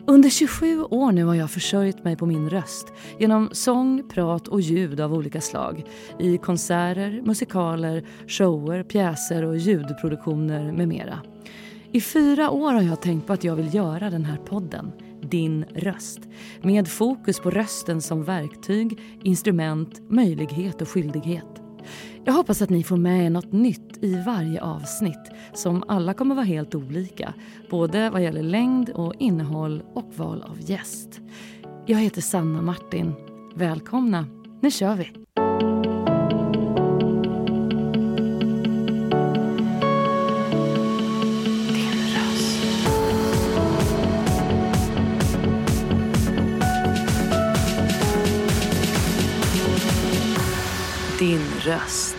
Under 27 år nu har jag försörjt mig på min röst genom sång, prat och ljud av olika slag i konserter, musikaler, shower, pjäser och ljudproduktioner med mera. I 4 år har jag tänkt på att jag vill göra den här podden, Din röst, med fokus på rösten som verktyg, instrument, möjlighet och skyldighet. Jag hoppas att ni får med något nytt i varje avsnitt som alla kommer vara helt olika, både vad gäller längd och innehåll och val av gäst. Jag heter Sanna Martin. Välkomna, nu kör vi! Din röst.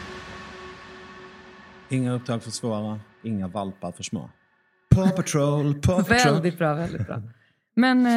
Inga uppdrag för svåra, inga valpar för små. Paw Patrol, Paw Patrol. Väldigt bra, väldigt bra. Men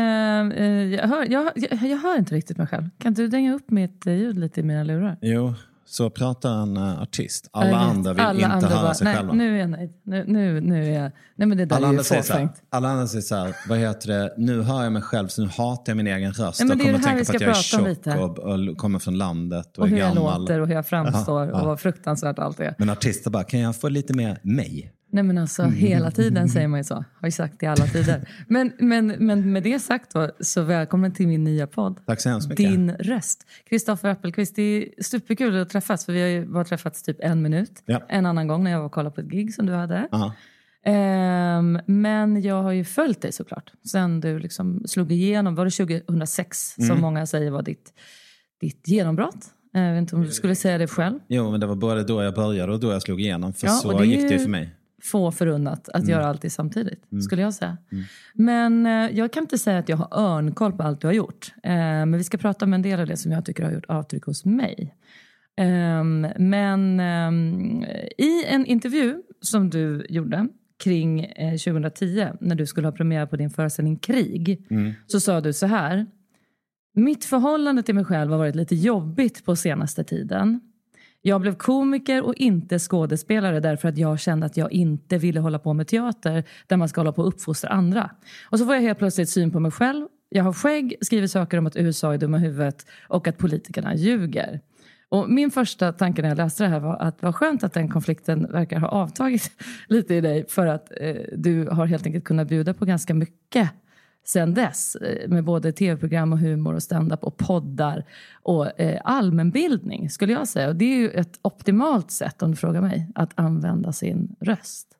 jag hör inte riktigt mig själv. Kan du dänga upp mitt ljud lite i mina lurar? Jo, så pratar en artist. Alla andra vill inte höra sig själva. Nu är jag nöjd. Nu är jag... Nej, men det där är ju fåfängt. Alla andra säger så här, vad heter det? Nu hör jag mig själv, så nu hatar jag min egen röst. Nej, men jag det är kommer det här tänka på att jag är tjock och kommer från landet och är hur gammal. jag låter och hur jag framstår och vad fruktansvärt allt är. Men artister bara, kan jag få lite mer mig? Nej, men alltså hela tiden säger man ju så. Har ju sagt det i alla tider. Men med det sagt då, så välkommen till min nya podd. Tack så hemskt mycket. Din röst. Kristoffer Appelqvist, det är superkul att träffas. För vi har ju bara träffats typ 1 minut. Ja. En annan gång när jag var och kollade på ett gig som du hade. Men jag har ju följt dig såklart. Sen du liksom slog igenom, var det 2006 som många säger var ditt genombrott? Jag vet inte om du skulle säga det själv. Jo, men det var både då jag började och då jag slog igenom. För så gick det ju för mig. Få förunnat att göra allt samtidigt, skulle jag säga. Men jag kan inte säga att jag har örnkoll på allt du har gjort. Men vi ska prata om en del av det som jag tycker har gjort avtryck hos mig. Men i en intervju som du gjorde kring 2010, när du skulle ha premiär på din föreställning Krig, så sa du så här: mitt förhållande till mig själv har varit lite jobbigt på senaste tiden. Jag blev komiker och inte skådespelare därför att jag kände att jag inte ville hålla på med teater där man ska hålla på och uppfostra andra. Och så får jag helt plötsligt syn på mig själv. Jag har skägg, skriver saker om att USA är dumma huvudet och att politikerna ljuger. Och min första tanke när jag läste det här var att vad skönt att den konflikten verkar ha avtagit lite i dig, för att du har helt enkelt kunnat bjuda på ganska mycket sen dess, med både tv-program och humor och stand-up och poddar och allmänbildning, skulle jag säga. Och det är ju ett optimalt sätt, om du frågar mig, att använda sin röst.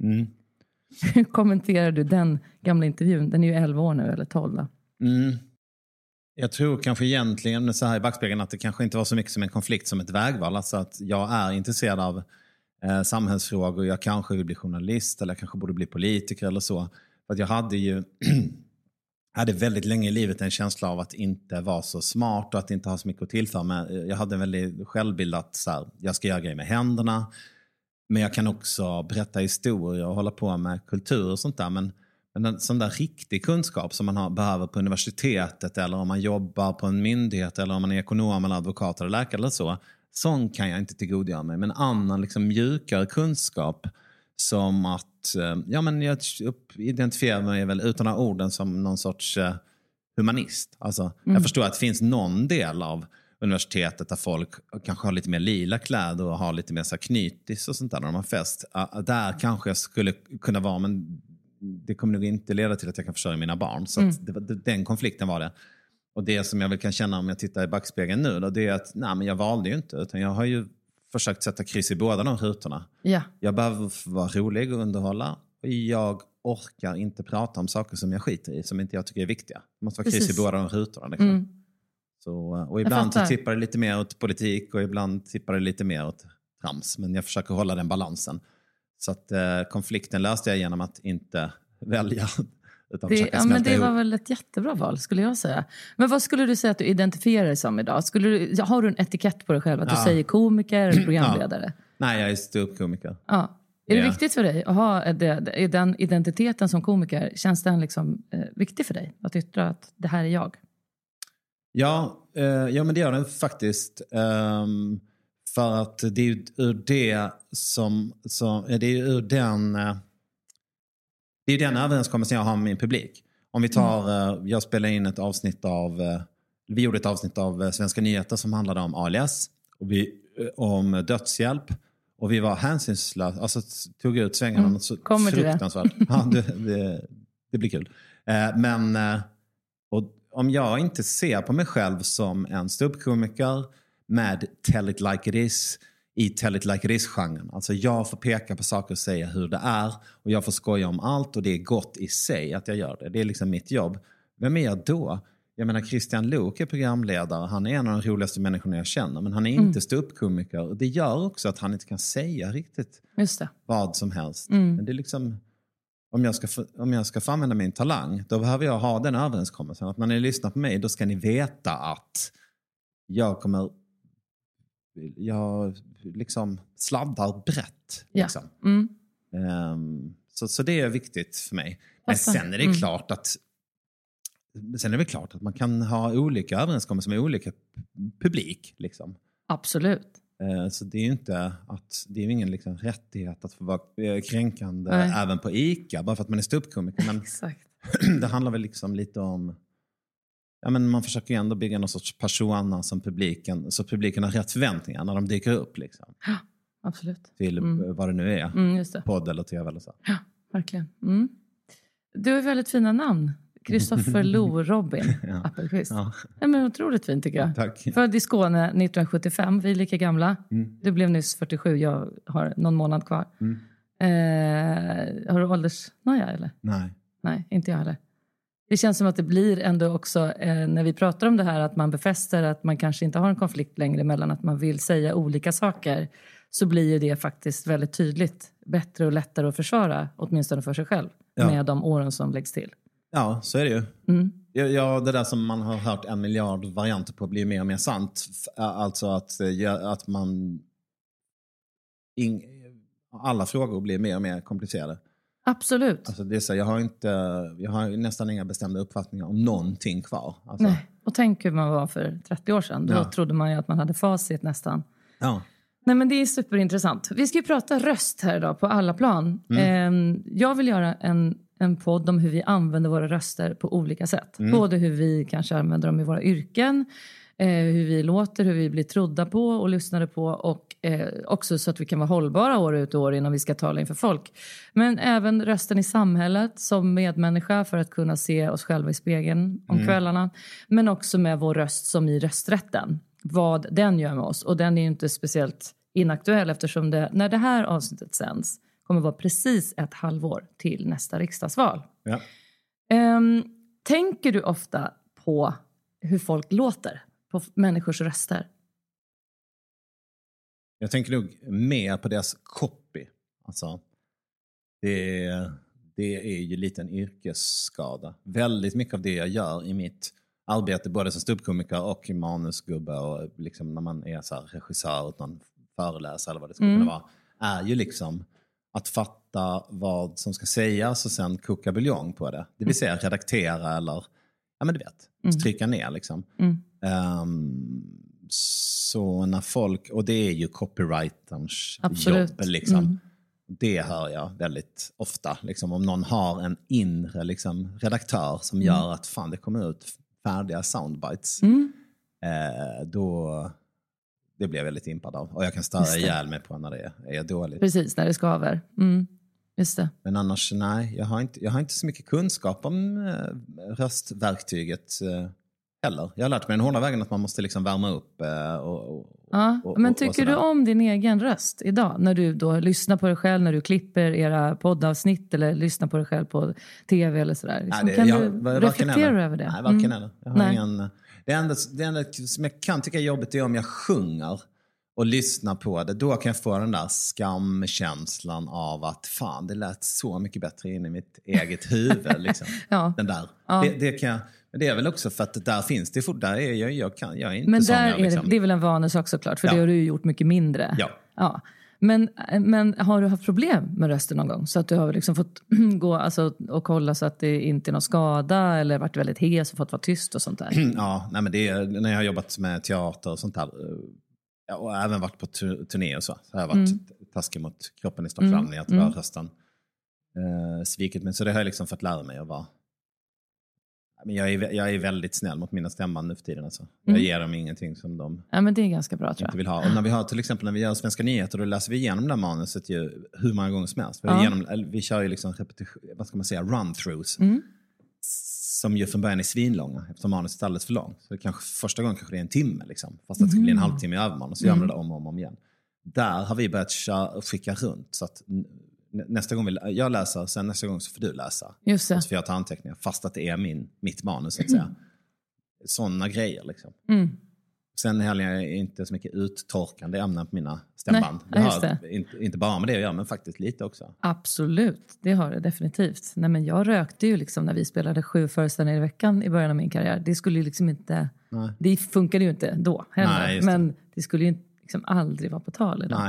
Hur kommenterar du den gamla intervjun? Den är ju 11 år nu, eller 12. Jag tror kanske egentligen så här i backspegeln att det kanske inte var så mycket som en konflikt som ett vägval. Alltså att jag är intresserad av samhällsfrågor. Jag kanske vill bli journalist, eller jag kanske borde bli politiker eller så. För att jag hade väldigt länge i livet en känsla av att inte vara så smart och att inte ha så mycket att tillföra. Men jag hade en väldigt självbild att så här, jag ska göra grejer med händerna. Men jag kan också berätta historier och hålla på med kultur och sånt där. Men en sån där riktig kunskap som man behöver på universitetet, eller om man jobbar på en myndighet, eller om man är ekonom eller advokat eller läkare eller så. Sån kan jag inte tillgodogöra mig. Men annan liksom mjukare kunskap, som att jag identifierar mig väl utan att ha orden som någon sorts humanist. Alltså, jag förstår att det finns någon del av universitetet där folk kanske har lite mer lila kläder och har lite mer så knytis och sånt där när de har fest. Där kanske jag skulle kunna vara, men det kommer nog inte leda till att jag kan försörja mina barn. Så att den konflikten var det. Och det som jag väl kan känna om jag tittar i backspegeln nu då, det är att men jag valde ju inte, utan jag har ju försökt sätta kryss i båda de rutorna. Ja. Jag behöver vara rolig och underhålla. Och jag orkar inte prata om saker som jag skiter i, som inte jag tycker är viktiga. Det måste vara kryss i båda de rutorna. Liksom. Så, och ibland så tippar det lite mer åt politik och ibland tippar det lite mer åt trams. Men jag försöker hålla den balansen. Så att konflikten löste jag genom att inte välja. Men det var väl ett jättebra val, skulle jag säga. Men vad skulle du säga att du identifierar dig som idag? Har du en etikett på dig själv? Att du säger komiker eller programledare? Nej, jag är ståuppkomiker. Ja. Är det viktigt för dig att ha den identiteten som komiker? Känns den liksom viktig för dig? Att yttra att det här är jag? Ja, men det gör den faktiskt. För att det är ju ur det det är ju ur den överenskommelsen jag har med min publik. Om vi tar, jag spelade in ett avsnitt av, vi gjorde ett avsnitt av Svenska nyheter som handlade om alias. Och om dödshjälp. Och vi var hänsynslösa, alltså tog ut svängarna så fruktansvärt. Ja, det blir kul. Men och om jag inte ser på mig själv som en ståuppkomiker med Tell it like it is, i Tell it like it is-genren. Alltså jag får peka på saker och säga hur det är. Och jag får skoja om allt och det är gott i sig att jag gör det. Det är liksom mitt jobb. Vem är jag då? Jag menar Christian Luuk är programledare. Han är en av de roligaste människorna jag känner. Men han är inte ståuppkomiker. Och det gör också att han inte kan säga riktigt vad som helst. Men det är liksom... Om jag ska få använda min talang, då behöver jag ha den överenskommelsen. Att när ni lyssnar på mig, då ska ni veta att jag liksom sladdar brett. Liksom. Så det är viktigt för mig. Men sen är det klart att man kan ha olika överenskommelser med olika publik. Liksom. Absolut. Så det är ju inte det är ingen liksom rättighet att få vara kränkande även på ICA bara för att man är ståuppkomiker. Men exakt. Det handlar väl liksom lite om men man försöker ju ändå bygga någon sorts persona som publiken, så publiken har rätt förväntningar när de dyker upp liksom. Ja, absolut. Till vad det nu är. Just det. Podd eller tv eller så. Ja, verkligen. Du har väldigt fina namn. Kristoffer Lo Robin Appelqvist. Ja. Men otroligt fint tycker jag. Tack. Född i Skåne 1975. Vi är lika gamla. Du blev nyss 47. Jag har någon månad kvar. Har du åldersnoja eller? Nej, inte jag heller. Det känns som att det blir ändå också när vi pratar om det här att man befäster att man kanske inte har en konflikt längre mellan att man vill säga olika saker, så blir det faktiskt väldigt tydligt bättre och lättare att försvara, åtminstone för sig själv, med de åren som läggs till. Ja, så är det ju. Ja, det där som man har hört 1 miljard varianter på blir mer och mer sant. Alltså att man alla frågor blir mer och mer komplicerade. Absolut. Alltså det är så, jag har nästan inga bestämda uppfattningar om någonting kvar. Alltså. Nej, och tänk hur man var för 30 år sedan. Då trodde man ju att man hade facit nästan. Ja. Nej, men det är superintressant. Vi ska ju prata röst här idag på alla plan. Jag vill göra en podd om hur vi använder våra röster på olika sätt. Både hur vi kanske använder dem i våra yrken, hur vi låter, hur vi blir trodda på och lyssnade på, och också så att vi kan vara hållbara år ut och år innan vi ska tala inför folk. Men även rösten i samhället som medmänniska för att kunna se oss själva i spegeln om kvällarna. Men också med vår röst som i rösträtten. Vad den gör med oss. Och den är ju inte speciellt inaktuell eftersom när det här avsnittet sänds kommer vara precis ett halvår till nästa riksdagsval. Ja. Tänker du ofta på hur folk låter? På människors röster? Jag tänker nog mer på deras copy. Alltså, det är ju lite en yrkesskada. Väldigt mycket av det jag gör i mitt arbete, både som ståuppkomiker och i manusgubbe och liksom när man är så här regissör åt någon föreläsare eller vad det ska kunna vara, är ju liksom att fatta vad som ska sägas och sen koka buljong på det. Det vill säga redaktera eller, ja men du vet, stryka ner liksom. Så när folk, och det är ju copywriterns jobb liksom. Det hör jag väldigt ofta. Liksom, om någon har en inre liksom, redaktör som gör att fan det kommer ut färdiga soundbites. Då det blir jag väldigt impad av. Och jag kan störa ihjäl mig på när det är dåligt. Precis, när det skaver. Just det. Men annars, nej. Jag har inte så mycket kunskap om röstverktyget heller. Jag har lärt mig den hårda vägen att man måste liksom värma upp. Men tycker du om din egen röst idag? När du då lyssnar på dig själv, när du klipper era poddavsnitt eller lyssnar på dig själv på tv eller sådär. Liksom, kan du reflektera över det? Nej, varken eller. Jag har ingen... Det enda som jag kan tycka är jobbigt är om jag sjunger och lyssnar på det. Då kan jag få den där skamkänslan av att fan, det lät så mycket bättre in i mitt eget huvud. Liksom. Den där. Ja. Det kan jag... Men det är väl också för att där finns det, där är jag är inte men sån. Men det är väl en vanesak såklart, för det har du ju gjort mycket mindre. Ja. Men har du haft problem med rösten någon gång? Så att du har liksom fått gå och kolla så att det inte är någon skada eller varit väldigt hes och fått vara tyst och sånt där? Ja, nej, men det är, när jag har jobbat med teater och sånt där och även varit på turné och så har jag varit taskig mot kroppen i största allmänhet. Rösten svikit mig. Så det har jag liksom fått lära mig att vara Men jag är väldigt snäll mot mina stämband nu för tiden. Alltså. Jag ger dem ingenting som de men det är ganska bra, tror jag. inte vill ha. Och när vi har, till exempel när vi gör Svenska nyheter, då läser vi igenom det här manuset ju hur många gånger som helst. Vi kör ju liksom vad ska man säga, run-throughs. Som ju från början är svinlånga eftersom manuset är alldeles för långt. Så första gången kanske det är en timme liksom. Fast att det ska bli en halvtimme i övermanus. Så gör man det om och om igen. Där har vi börjat skicka runt. Så att nästa gång jag läser, sen nästa gång så får du läsa. Just det. Så får jag ta anteckningar fast att det är mitt manus så att säga. Sådana grejer liksom. Sen häller jag inte så mycket uttorkande ämnen på mina stämband. Nej, det har inte bara med det att göra, men faktiskt lite också. Absolut, det har det definitivt. Nej, men jag rökte ju liksom när vi spelade 7 föreställningar i veckan i början av min karriär. Det skulle ju liksom inte... Nej. Det funkade ju inte då heller. Nej, men det skulle ju liksom aldrig vara på tal idag.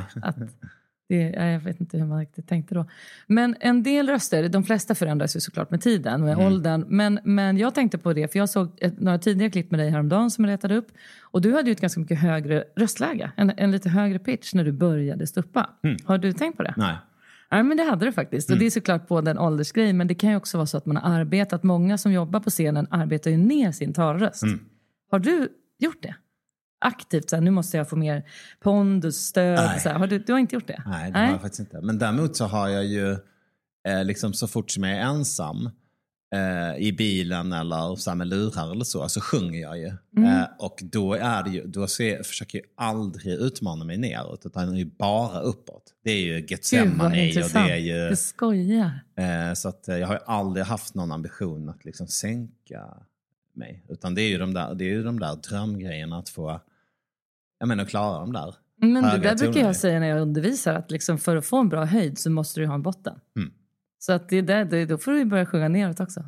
Jag vet inte hur man riktigt tänkte då. Men en del röster, de flesta förändras ju såklart med tiden, med åldern. Men jag tänkte på det, för jag såg några tidigare klipp med dig häromdagen som jag letade upp. Och du hade ju ett ganska mycket högre röstläge, en lite högre pitch när du började stuppa. Har du tänkt på det? Nej. Ja, men det hade du faktiskt. Och det är såklart på den åldersgrej, men det kan ju också vara så att man har arbetat. Många som jobbar på scenen arbetar ju ner sin talröst. Har du gjort det? Aktivt, så här, nu måste jag få mer pondus, stöd. Så här. Du har inte gjort det? Nej, det har jag faktiskt inte. Men däremot så har jag ju liksom så fort som jag är ensam i bilen eller så här med lurar eller så sjunger jag ju. Och då är det ju, försöker jag aldrig utmana mig neråt, utan det är ju bara uppåt. Det är ju Getsemane och det är ju... Det skojar. Så att jag har ju aldrig haft någon ambition att liksom sänka mig. Utan det är ju de där drömgrejerna att få... Jag menar, klara dem där. Men det där brukar jag säga när jag undervisar, att liksom för att få en bra höjd så måste du ha en botten. Så att då får du börja sjunga neråt också.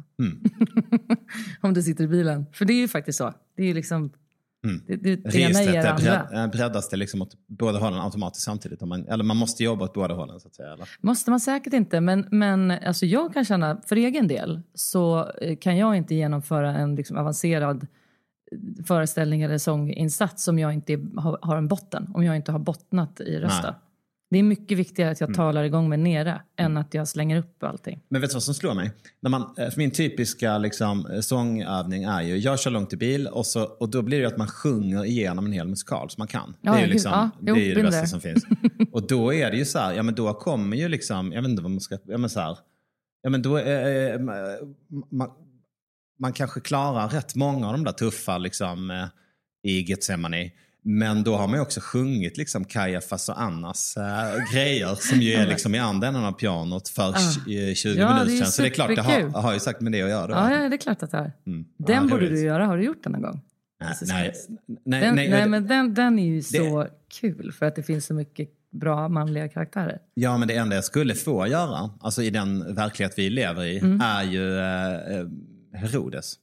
Om du sitter i bilen. För det är ju faktiskt så. Det är ju liksom... Det ena ger andra. Breddas det liksom åt båda hållen automatiskt samtidigt? Eller man måste jobba åt båda hållen så att säga? Eller? Måste man säkert inte. Men alltså jag kan känna, för egen del så kan jag inte genomföra en liksom avancerad föreställning eller sånginsats om jag inte har en botten. Om jag inte har bottnat i rösten. Det är mycket viktigare att jag talar igång med nere än att jag slänger upp allting. Men vet du vad som slår mig? För min typiska liksom, sångövning är ju, jag kör långt i bil och då blir det att man sjunger igenom en hel musikal som man kan. Det är ju liksom, det är ju det bästa som finns. Och då är det ju så här, ja men då kommer ju liksom, jag vet inte vad man ska, ja men så här, ja men då man kanske klarar rätt många av de där tuffa liksom i Getsemane. Men då har man ju också sjungit liksom Kajafas och Annas grejer som ju är liksom i andra änden av pianot för 20 minuter sedan. Så det är klart, det har ju sagt med det att göra. Ja, det är klart att det har. Den borde du göra. Har du gjort den någon gång? Nej, men den är ju så kul för att det finns så mycket bra manliga karaktärer. Ja, men det enda jag skulle få göra, alltså i den verklighet vi lever i, är ju Herodes.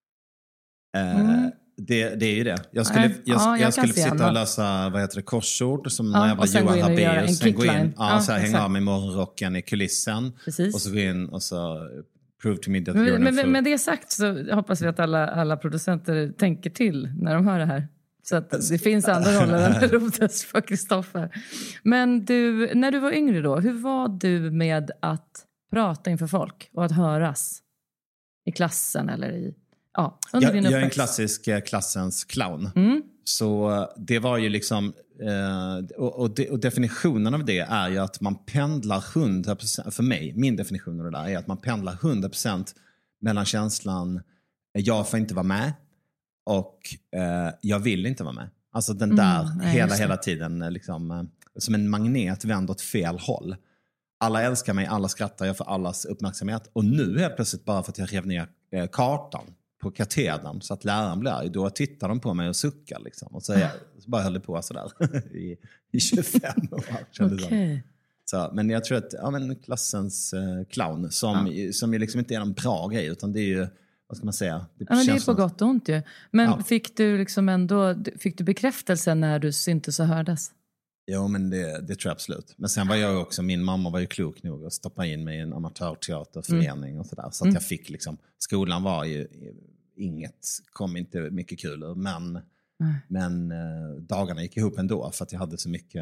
Det är ju det. Jag skulle sitta och läsa korsord som när jag var Johan Rabaeus. Sen gå in hänga av med morgonrocken i kulissen. Precis. Och så gå in och så prove to me that you're med det sagt så hoppas vi att alla producenter tänker till när de hör det här. Så att det finns andra roller än Herodes för Kristoffer. Men du, när du var yngre då, hur var du med att prata inför folk och att höras i klassen eller i... Ja, jag är en klassisk klassens clown. Så det var ju liksom och definitionen av det är ju att man pendlar 100%, för mig, min definition av det där är att man pendlar 100% mellan känslan jag får inte vara med och jag vill inte vara med. Alltså den där hela tiden liksom, som en magnet vänder åt fel håll. Alla älskar mig, alla skrattar, jag får allas uppmärksamhet. Och nu är plötsligt bara för att jag rev ner kartan på katedern så att läraren blir arg, då tittar de på mig och suckar liksom. Och så bara höll det på sådär i 25 år. Okay. Så, men jag tror att klassens clown som ju liksom inte är en bra grej, utan det är ju, vad ska man säga? Det är på gott och ont ju. Men fick du liksom ändå, fick du bekräftelse när du syntes och hördes? Jo, men det tror jag absolut. Men sen var jag också, min mamma var ju klok nog att stoppa in mig i en amatörteaterförening och sådär. Så att jag fick liksom, skolan var ju kom inte mycket kul ur, men dagarna gick ihop ändå för att jag hade så mycket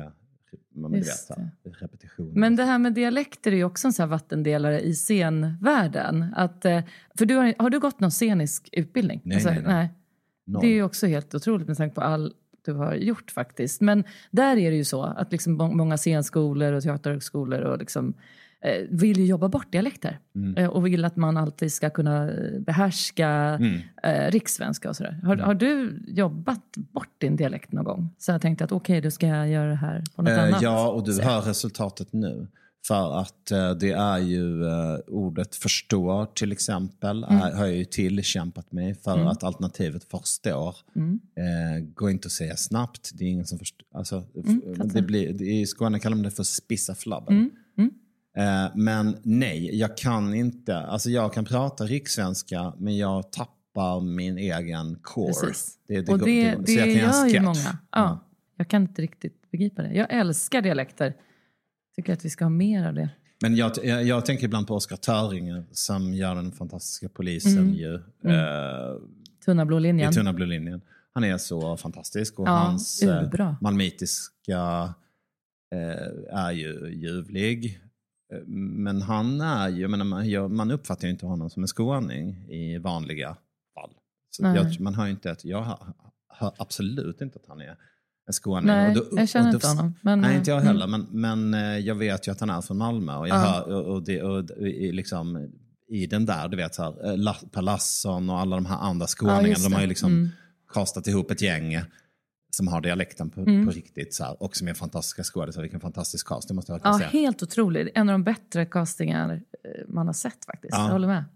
Men, du vet, repetition. Men det här med dialekter är ju också en sån här vattendelare i scenvärlden. För har du gått någon scenisk utbildning? Nej. Det är ju också helt otroligt med tanke på allt du har gjort faktiskt. Men där är det ju så att liksom många scenskolor och teaterhögskolor och liksom, vill ju jobba bort dialekter. Och vill att man alltid ska kunna behärska rikssvenska och sådär. Har du jobbat bort din dialekt någon gång? Så jag tänkte att okej, då ska jag göra det här på något annat. Ja, och du hör resultatet nu. För att det är ju ordet förstår till exempel har jag ju tillkämpat mig för att alternativet förstår går inte att säga snabbt. Det är ingen som förstår. Alltså, i Skåne kallar man det för spissa flabben. Men nej, jag kan inte. Alltså jag kan prata rikssvenska, men jag tappar min egen core. Precis. Det gör ju många. Ja, jag kan inte riktigt begripa det. Jag älskar dialekter. Tycker att vi ska ha mer av det. Men jag tänker ibland på Oscar Töringe som gör den fantastiska polisen Tunna blå linjen. I Tunna blå linjen. Han är så fantastisk och hans malmitiska är ju ljuvlig. Men han är ju, man uppfattar ju inte honom som en skåning i vanliga fall. Så man hör ju inte jag hör absolut inte att han är en skåning. Nej, jag känner inte honom. Nej, inte jag heller. Men jag vet ju att han är från Malmö. Och jag hör, liksom, i den där, du vet så här, Per Lasson och alla de här andra skåningarna, de har ju liksom kastat ihop ett gäng som har dialekten på riktigt så här, och som är fantastiska skådespelare. Vilken fantastisk cast, det måste jag verkligen säga. Helt otroligt. En av de bättre castingar man har sett faktiskt. Jag håller med.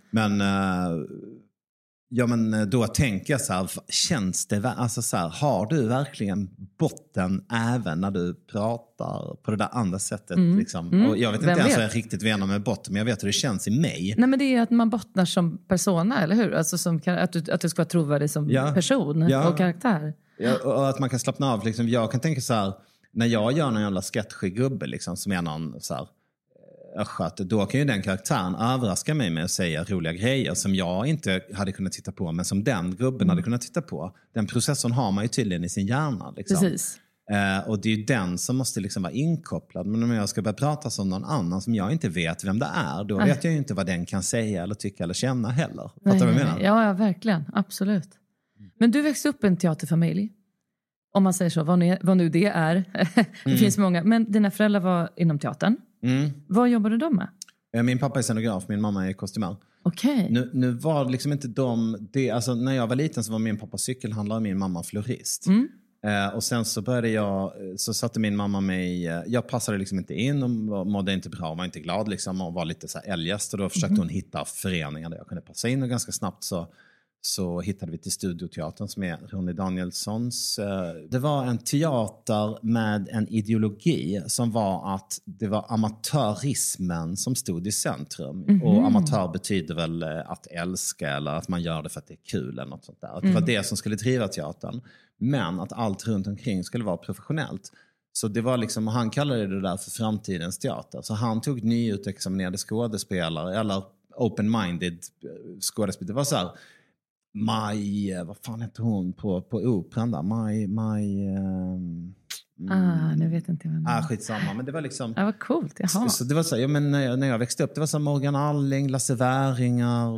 Men då tänker jag så här, känns det, alltså så här, har du verkligen botten även när du pratar på det där andra sättet liksom? Och jag vet inte ens vad jag riktigt menar med botten, men jag vet hur det känns i mig. Nej, men det är att man bottnar som persona, eller hur? Alltså att du ska vara trovärdig som person och karaktär. Ja, och att man kan slappna av liksom. Jag kan tänka så här, när jag gör någon jävla sketchig gubbe liksom, som är någon så här östgöt, då kan ju den karaktären överraska mig med att säga roliga grejer som jag inte hade kunnat titta på, men som den gubben hade kunnat titta på. Den processen har man ju tydligen i sin hjärna liksom. Precis. Och det är ju den som måste liksom vara inkopplad. Men om jag ska börja prata som någon annan som jag inte vet vem det är, då vet jag ju inte vad den kan säga eller tycka eller känna heller. Fattar du vad jag menar? Ja, verkligen. Absolut. Men du växte upp i en teaterfamilj. Om man säger så, vad nu det är. Det finns många. Men dina föräldrar var inom teatern. Vad jobbade de med? Min pappa är scenograf, min mamma är kostymör. Okej. Nu var det liksom inte alltså, när jag var liten så var min pappa cykelhandlare och min mamma florist. Och sen så så satte min mamma mig, jag passade liksom inte in och mådde inte bra och var inte glad liksom, och var lite så här eljest, och då försökte hon hitta föreningar där jag kunde passa in, och ganska snabbt så hittade vi till Studioteatern som är Ronny Danielssons. Det var en teater med en ideologi som var att det var amatörismen som stod i centrum. Och amatör betyder väl att älska eller att man gör det för att det är kul eller något sånt där. Det var det som skulle driva teatern. Men att allt runt omkring skulle vara professionellt. Så det var liksom, han kallade det där för framtidens teater. Så han tog nyutexaminerade skådespelare eller open-minded skådespelare. Det var så här, vad fan heter hon på operan där? Nu vet inte jag. Skitsamma, men det var liksom... Det var coolt, jaha. Så det var så, men när jag växte upp, det var så Morgan Alling, Lasse Wäringer,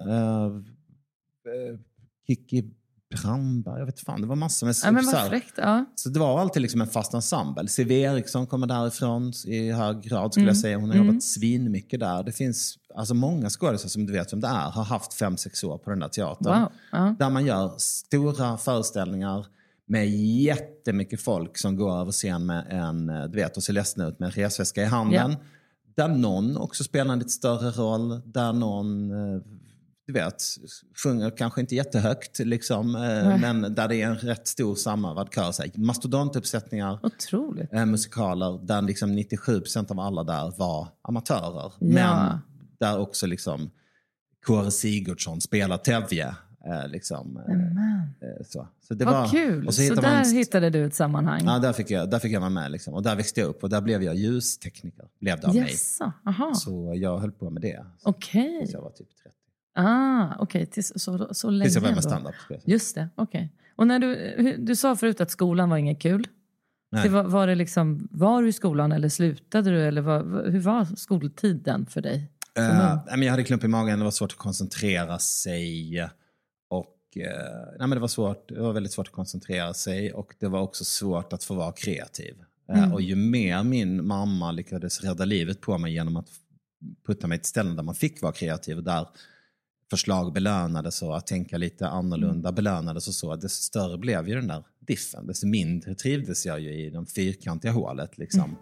Kiki Brandberg, jag vet fan, det var massor med men vad fräckt, Så det var alltid liksom en fast ensemble. C.V. Eriksson kommer därifrån i hög grad, skulle jag säga. Hon har jobbat svinmycket där. Det finns alltså många skådespelare som du vet som det är, har haft 5-6 år på den där teatern. Wow. Där man gör stora föreställningar med jättemycket folk som går över scen med en, du vet, och ser ledsna ut med en resväska i handen. Där någon också spelar en lite större roll, där någon... du vet, sjunger kanske inte jättehögt liksom, men där det är en rätt stor sammanvad kör, så här, mastodontuppsättningar, otroligt. Musikaler där liksom 97% av alla där var amatörer, men där också liksom Kåre Sigurdsson spelar Tevje liksom, så det var kul. Och så där hittade du ett sammanhang. Ja, där fick jag vara med liksom, och där växte jag upp och där blev jag ljustekniker, blev det av mig. Aha. Så jag höll på med det. Okej. Så jag var typ 30. Okej. Så länge. Tills jag började med stand-up. Just det, okej. Och när du sa förut att skolan var inget kul. Det var det liksom, var du i skolan eller slutade du? Eller hur var skoltiden för dig? Jag hade klump i magen, det var svårt att koncentrera sig. Och det var väldigt svårt att koncentrera sig. Och det var också svårt att få vara kreativ. Och ju mer min mamma lyckades rädda livet på mig genom att putta mig till ställen där man fick vara kreativ. Och där förslag belönades och att tänka lite annorlunda belönades och så. Desto större blev ju den där diffen. Desto mindre trivdes jag ju i de fyrkantiga hålet liksom.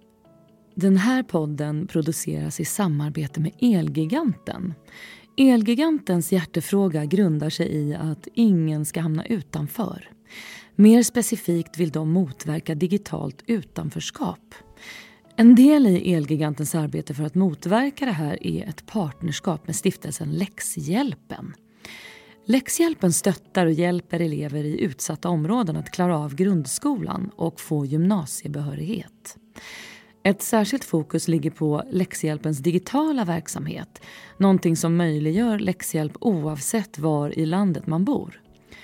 Den här podden produceras i samarbete med Elgiganten. Elgigantens hjärtefråga grundar sig i att ingen ska hamna utanför. Mer specifikt vill de motverka digitalt utanförskap. En del i Elgigantens arbete för att motverka det här är ett partnerskap med stiftelsen Läxhjälpen. Läxhjälpen stöttar och hjälper elever i utsatta områden att klara av grundskolan och få gymnasiebehörighet. Ett särskilt fokus ligger på Läxhjälpens digitala verksamhet, någonting som möjliggör läxhjälp oavsett var i landet man bor.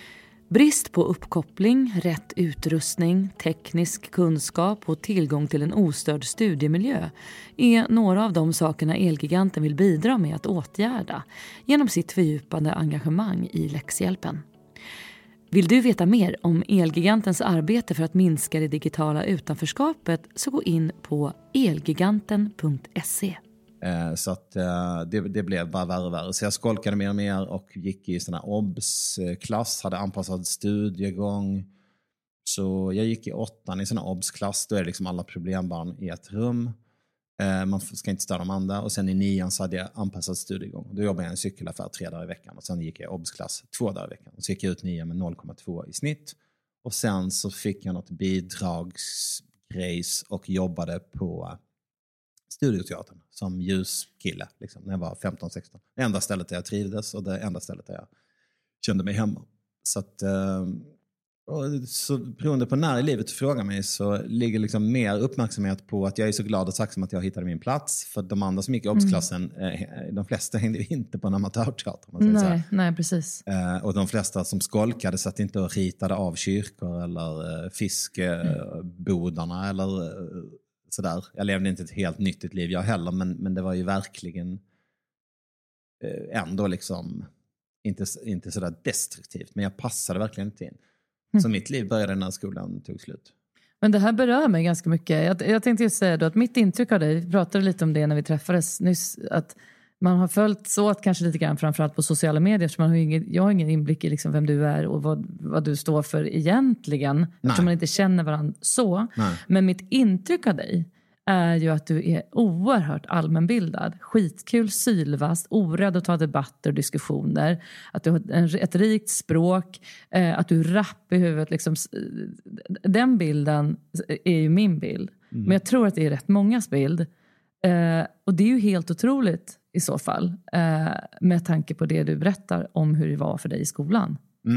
Brist på uppkoppling, rätt utrustning, teknisk kunskap och tillgång till en ostörd studiemiljö är några av de sakerna Elgiganten vill bidra med att åtgärda genom sitt fördjupade engagemang i Läxhjälpen. Vill du veta mer om Elgigantens arbete för att minska det digitala utanförskapet så gå in på elgiganten.se. Så att det blev bara värre och värre. Så jag skolkade mer och mer och gick i sån här OBS-klass, hade anpassad studiegång. Så jag gick i 8:an i sån här OBS-klass, då är det liksom alla problembarn i ett rum. Man ska inte störa de andra. Och sen i 9:an så hade jag anpassad studiegång. Då jobbade jag i en cykelaffär 3 dagar i veckan. Och sen gick jag i OBS-klass 2 dagar i veckan. Och så gick jag ut 9 med 0,2 i snitt. Och sen så fick jag något bidragsgrejs och jobbade på Studioteatern som ljuskille liksom, när jag var 15-16. Det enda stället där jag trivdes och det enda stället där jag kände mig hemma. Så att så beroende på när i livet du frågar mig så ligger liksom mer uppmärksamhet på att jag är så glad och tacksam att jag hittade min plats. För de andra som gick i OBS-klassen, de flesta hängde ju inte på en amatörteater. Nej, precis. Och de flesta som skolkade satt inte och ritade av kyrkor eller fiskebodarna eller sådär. Jag levde inte ett helt nyttigt liv jag heller, men det var ju verkligen ändå liksom inte sådär destruktivt. Men jag passade verkligen inte in. Så mitt liv började när skolan tog slut. Men det här berör mig ganska mycket. Jag tänkte ju säga då att mitt intryck av dig, vi pratade lite om det när vi träffades nyss, att man har följt så att kanske lite grann framförallt på sociala medier, så jag har ingen inblick i liksom vem du är och vad du står för egentligen, eftersom man inte känner varandra så. Nej. Men mitt intryck av dig är ju att du är oerhört allmänbildad. Skitkul, sylvast, orädd att ta debatter och diskussioner. Att du har ett rikt språk. Att du är rapp i huvudet. Liksom. Den bilden är ju min bild. Men jag tror att det är rätt mångas bild. Och det är ju helt otroligt i så fall. Med tanke på det du berättar om hur det var för dig i skolan.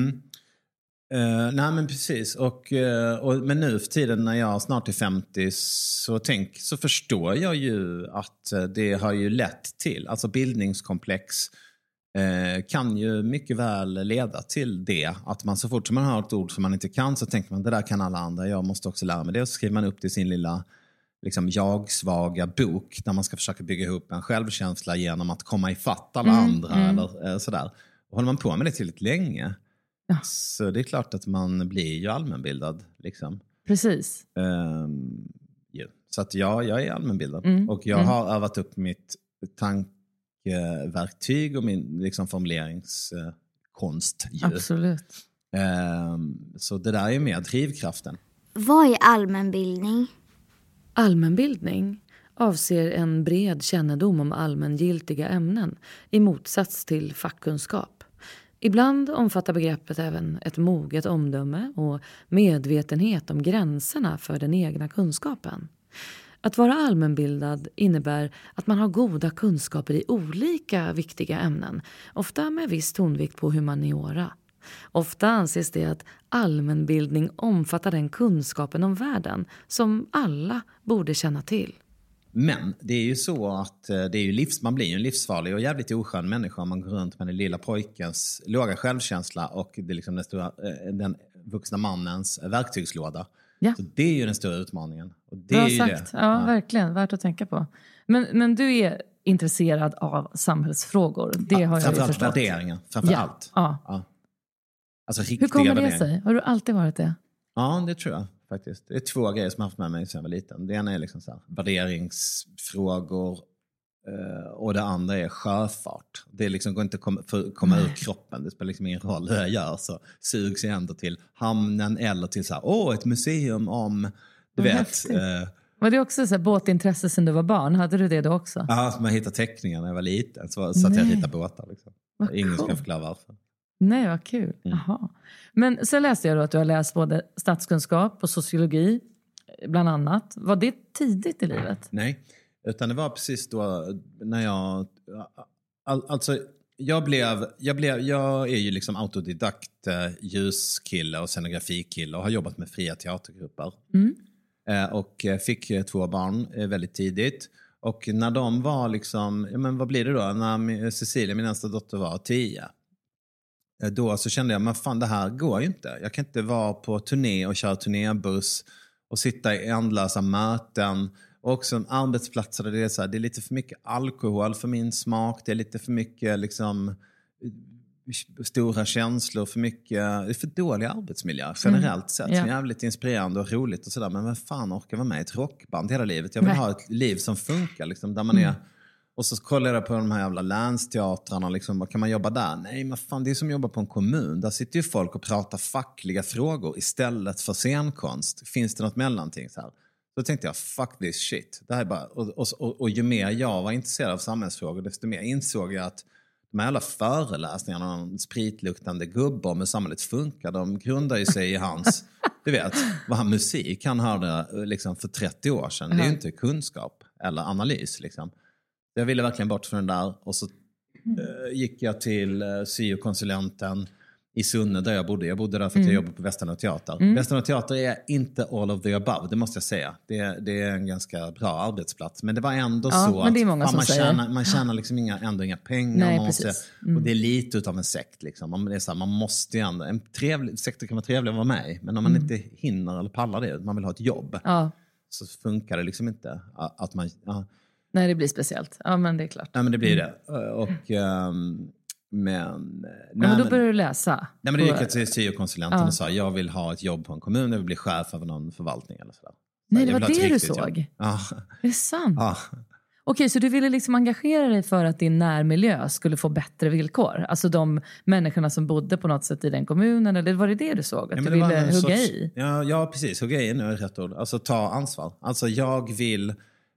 Nej men precis men nu för tiden när jag snart är 50 så förstår jag ju att det har ju lett till, alltså bildningskomplex kan ju mycket väl leda till det, att man så fort som man hör ett ord som man inte kan så tänker man det där kan alla andra, jag måste också lära mig det, och så skriver man upp det i sin lilla liksom jag-svaga bok där man ska försöka bygga ihop en självkänsla genom att komma ifatt alla andra eller sådär. Och håller man på med det tillräckligt länge så det är klart att man blir ju allmänbildad. Liksom. Precis. Så att jag är allmänbildad. Och jag har övat upp mitt tankeverktyg och min liksom formuleringskonst. Absolut. Så det där är mer drivkraften. Vad är allmänbildning? Allmänbildning avser en bred kännedom om allmängiltiga ämnen i motsats till fackkunskap. Ibland omfattar begreppet även ett moget omdöme och medvetenhet om gränserna för den egna kunskapen. Att vara allmänbildad innebär att man har goda kunskaper i olika viktiga ämnen, ofta med viss tonvikt på humaniora. Ofta anses det att allmänbildning omfattar den kunskapen om världen som alla borde känna till. Men det är ju så att det är ju man blir ju en livsfarlig och jävligt oskön människa om man går runt med den lilla pojkens låga självkänsla och det är liksom den vuxna mannens verktygslåda. Ja. Så det är ju den stora utmaningen. Och det Bra är ju sagt. det. Ja, verkligen. Värt att tänka på. Men du är intresserad av samhällsfrågor. Det har jag ju framförallt förstått. värderingar. Framförallt. Ja. Alltså riktiga Hur kommer det värderingar. sig? Har du alltid varit det? Ja, det tror jag faktiskt. Det är 2 grejer som jag har haft med mig sedan jag var liten. Det ena är liksom så här, värderingsfrågor och det andra är sjöfart. Det är liksom, går inte att komma ur kroppen. Det spelar liksom ingen roll hur jag gör, så sugs jag ändå till hamnen eller till så här, ett museum om, du vet. Var det också så här båtintresse sedan du var barn? Hade du det då också? Ja, man hittade teckningar när jag var liten. Så att jag hittade båtar. Liksom. Ingen ska förklara varför. Nej, vad kul. Jaha. Men så läste jag då att du har läst både statskunskap och sociologi, bland annat. Var det tidigt i livet? Nej, utan det var precis då när jag... Alltså, jag är ju liksom autodidakt ljuskille och scenografikille och har jobbat med fria teatergrupper. Och fick 2 barn väldigt tidigt. Och när de var liksom, vad blir det då? När Cecilia, min äldsta dotter, var 10. Då så kände jag, men fan, det här går ju inte. Jag kan inte vara på turné och köra turnébuss och sitta i ändlösa möten. Och också arbetsplatser där det är så här, det är lite för mycket alkohol för min smak. Det är lite för mycket liksom stora känslor, för mycket, det är för dålig arbetsmiljö generellt sett. Ja. Jävligt inspirerande och roligt och sådär. Men vem fan orkar vara med i ett rockband hela livet? Jag vill ha ett liv som funkar liksom, där man är. Och så kollar jag på de här jävla länsteatrarna liksom, kan man jobba där? Nej, men fan, det är som att jobba på en kommun. Där sitter ju folk och pratar fackliga frågor istället för scenkonst. Finns det något mellanting så här? Då tänkte jag, fuck this shit. Det här är bara, och ju mer jag var intresserad av samhällsfrågor, desto mer insåg jag att de här alla föreläsningarna om spritluktande gubbar om hur samhället funkar, de grundar ju sig i hans, du vet, vad han musik han hörde liksom för 30 år sedan. Det är ju inte kunskap eller analys liksom. Jag ville verkligen bort från den där, och så gick jag till syokonsulenten i Sunne där jag bodde. Jag bodde där för att jag jobbade på Västernö teater. Västernö teater är inte all of the above, det måste jag säga. Det är en ganska bra arbetsplats. Men det var ändå så att man tjänar liksom ändå inga pengar. Nej, och det är lite utav en sekt. Liksom. Det är så här, man måste ju ändå, en trevlig sekt kan vara trevlig att vara med i. Men om man inte hinner eller pallar det, man vill ha ett jobb. Så funkar det liksom inte. Att man... Nej, det blir speciellt. Ja, men det är klart. Ja, men det blir det. Och... Men då började du läsa. Nej, men det gick jag till syokonsulenten och sa, jag vill ha ett jobb på en kommun, jag vill bli chef över någon förvaltning eller sådär. Nej, det var det du såg? Ja. Det är sant? Ja. Okej, så du ville liksom engagera dig för att din närmiljö skulle få bättre villkor? Alltså de människorna som bodde på något sätt i den kommunen, eller var det det du såg? Att du ville hugga i? Ja, precis. Hugga i nu är rätt ord. Alltså ta ansvar. Alltså jag vill...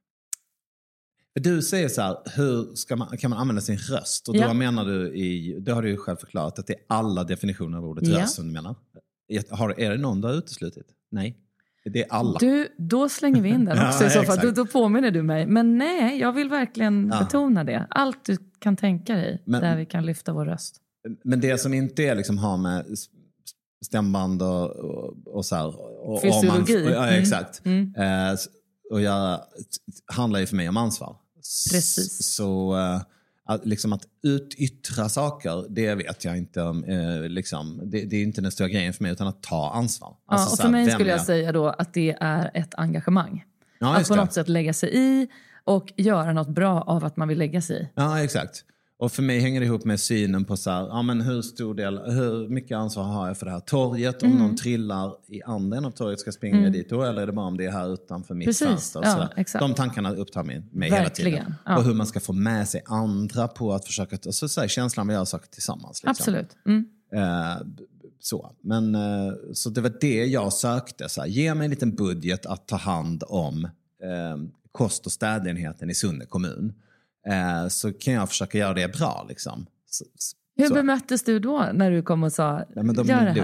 Du säger så här, hur kan man använda sin röst? Och då menar du då har du ju själv förklarat att det är alla definitioner av ordet röst som du menar. Är det någon du har uteslutit? Nej, det är alla. Då slänger vi in den också i så fall. Då påminner du mig. Men nej, jag vill verkligen betona det. Allt du kan tänka dig där vi kan lyfta vår röst. Men det som inte är liksom har med stämband och så här... Och fysiologi. Exakt. Och jag handlar ju för mig om ansvar. Precis. Så liksom att yttra saker, det vet jag inte om, liksom, det är inte den stora grejen för mig, utan att ta ansvar. Alltså, och för mig skulle jag säga då att det är ett engagemang. Att på något sätt lägga sig i och göra något bra av att man vill lägga sig i. Ja, exakt. Och för mig hänger det ihop med synen på så här, men hur mycket ansvar har jag för det här torget? Om någon trillar i anden av torget, ska springa jag dit då? Eller är det bara om det är här utanför mitt fönster? De tankarna upptar mig hela tiden. Och hur man ska få med sig andra på att försöka, alltså, så här, känslan vi gör saker tillsammans. Liksom. Absolut. Så det var det jag sökte. Så här, ge mig en liten budget att ta hand om kost- och städenheten i Sunne kommun. Så kan jag försöka göra det bra liksom. Hur bemöttes du då när du kom och sa men de gör det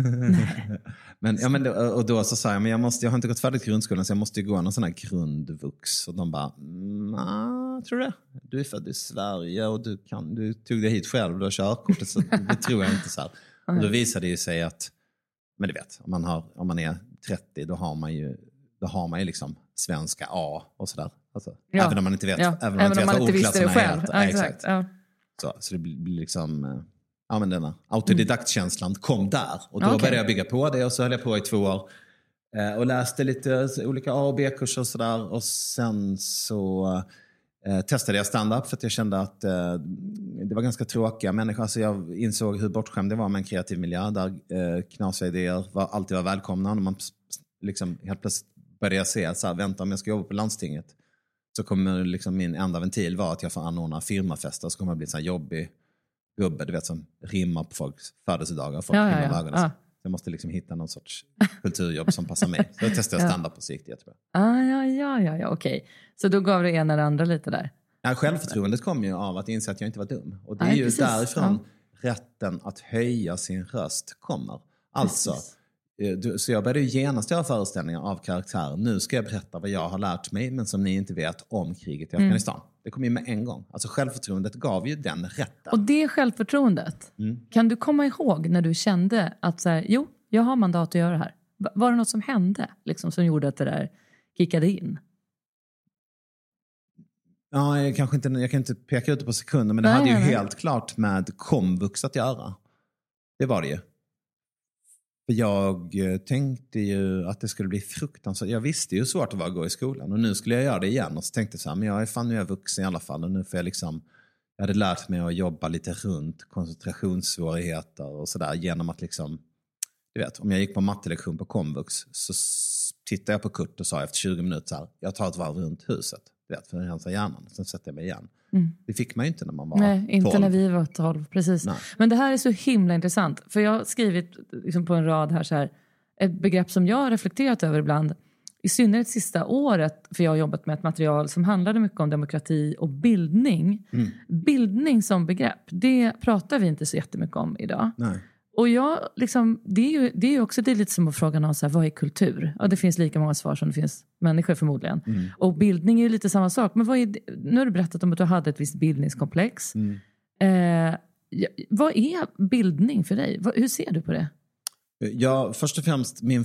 här? Och då så sa jag, men jag har inte gått färdigt grundskolan, så jag måste ju gå någon sån här grundvux. Och de bara, tror du? Du är född i Sverige och du tog dig hit själv, du har körkortet, så det tror jag inte så här. Och då visade det ju sig att, men du vet, om man är 30 då har man ju liksom svenska A och sådär. Alltså, även om man inte vet, även om man inte visste det själv. Exakt. Så det blir liksom, den här autodidaktkänslan kom där. Och då började jag bygga på det, och så höll jag på i 2 år. Och läste lite olika A- och B-kurser och sådär. Och sen så testade jag stand-up för att jag kände att det var ganska tråkiga människor. Alltså jag insåg hur bortskämd det var med en kreativ miljö där knasiga idéer alltid var välkomna. Och man liksom helt plötsligt började jag se att vänta, om jag ska jobba på landstinget så kommer liksom min enda ventil vara att jag får anordna firmafester. Så kommer jag bli en sån här jobbig gubbe, du vet, som rimmar på folks födelsedagar. Folk rimmar ögonen. Ja. Jag måste liksom hitta någon sorts kulturjobb som passar mig. Så jag testade stand-up på sikt jättebra. Ja, okej. Så då gav det ena eller andra lite där? Ja, självförtroendet kom ju av att inse att jag inte var dum. Och det är ju därifrån rätten att höja sin röst kommer. Alltså, så jag började genast göra föreställningar av karaktär. Nu ska jag berätta vad jag har lärt mig men som ni inte vet om kriget i Afghanistan. Det kom ju med en gång. Alltså självförtroendet gav ju den rätten. Och det självförtroendet, kan du komma ihåg när du kände att så här, jo, jag har mandat att göra det här? Var det något som hände liksom, som gjorde att det där kickade in? Ja, jag kan inte peka ut det på sekunder, men det hade ju helt klart med komvux att göra. Det var det ju. För jag tänkte ju att det skulle bli fruktansvärt. Jag visste ju hur svårt det var att gå i skolan. Och nu skulle jag göra det igen. Och så tänkte jag så här, men nu är jag vuxen i alla fall. Och nu får jag liksom, jag hade lärt mig att jobba lite runt koncentrationssvårigheter och sådär. Genom att liksom, du vet, om jag gick på mattelektion på komvux så tittade jag på Kurt och sa efter 20 minuter så här, jag tar ett varv runt huset. Du vet, för att rensa hjärnan. Sen sätter jag mig igen. Det fick man ju inte när man var 12. Nej, inte när vi var 12, precis. Nej. Men det här är så himla intressant. För jag har skrivit liksom på en rad här så här, ett begrepp som jag har reflekterat över ibland. I synnerhet sista året, för jag har jobbat med ett material som handlade mycket om demokrati och bildning. Bildning som begrepp, det pratar vi inte så jättemycket om idag. Nej. Och jag, liksom, det är ju också det är lite som att fråga någon så här, vad är kultur? Och det finns lika många svar som det finns människor förmodligen. Och bildning är ju lite samma sak. Men nu har du berättat om att du hade ett visst bildningskomplex. Vad är bildning för dig? Hur ser du på det? Ja, först och främst min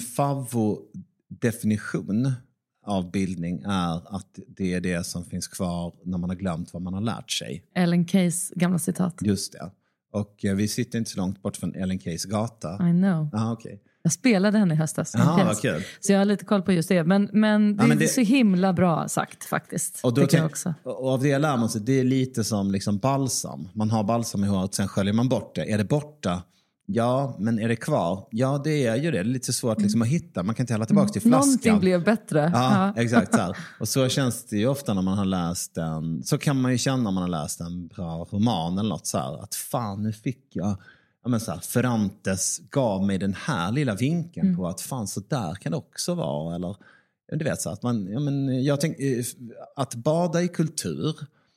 definition av bildning är att det är det som finns kvar när man har glömt vad man har lärt sig. Ellen Keys gamla citat. Just det. Och vi sitter inte så långt bort från Ellen Keys gata. I know. Okay. Jag spelade henne i höstas. Vad kul. Så jag har lite koll på just det. Men det är så himla bra sagt faktiskt. Och, och av det jag lär mig så det är lite som liksom balsam. Man har balsam i håret, sen sköljer man bort det. Är det borta? Ja, men är det kvar? Ja, det är ju det. Det är lite svårt liksom att hitta. Man kan inte hälla tillbaka till flaskan. Någonting blev bättre. Ja, exakt. Så här. Och så känns det ju ofta när man har läst en... Så kan man ju känna när man har läst en bra roman eller något så här. Att fan, nu fick jag... Ja, men så här, Ferrantes gav mig den här lilla vinkeln på att fan, så där kan det också vara. Eller, du vet så att man... Ja, men jag tänker, att bada i kultur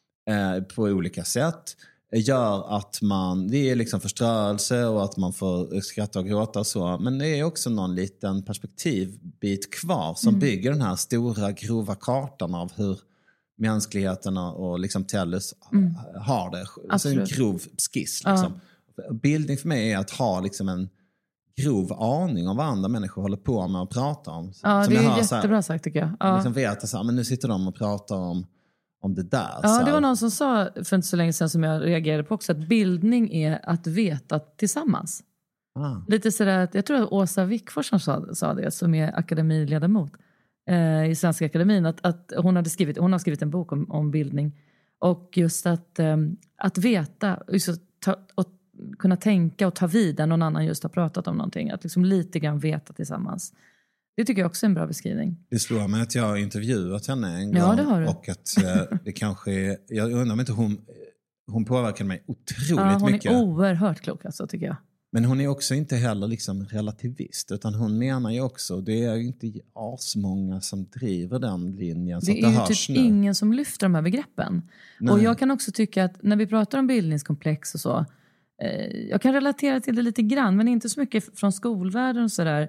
på olika sätt... gör att det är liksom förströelse och att man får skratta och gråta och så. Men det är också någon liten perspektivbit kvar som bygger den här stora grova kartan av hur mänskligheterna och liksom Tellus har det. Alltså en grov skiss. Liksom. Bildning för mig är att ha liksom en grov aning om vad andra människor håller på med och pratar om. Ja, som det är jag jättebra sagt tycker jag. Ja. Liksom vet att men nu sitter de och pratar om det där. Ja, det var någon som sa för inte så länge sedan som jag reagerade på också, att bildning är att veta tillsammans. Lite sådär att, jag tror att Åsa Wickfors sa det, som är akademiledamot i Svenska Akademin, att hon har skrivit en bok om bildning och just att veta just och kunna tänka och ta vid när någon annan just har pratat om någonting, att liksom lite grann veta tillsammans. Det tycker jag också är en bra beskrivning. Det slår mig att jag har intervjuat henne en gång. Ja, det har du. Och att det kanske är, jag undrar om inte hon påverkade mig otroligt mycket. Hon är oerhört klok alltså, tycker jag. Men hon är också inte heller liksom relativist. Utan hon menar ju också, det är inte asmånga som driver den linjen. Så det är ju typ ingen som lyfter de här begreppen. Nej. Och jag kan också tycka att när vi pratar om bildningskomplex och så. Jag kan relatera till det lite grann, men inte så mycket från skolvärlden och sådär.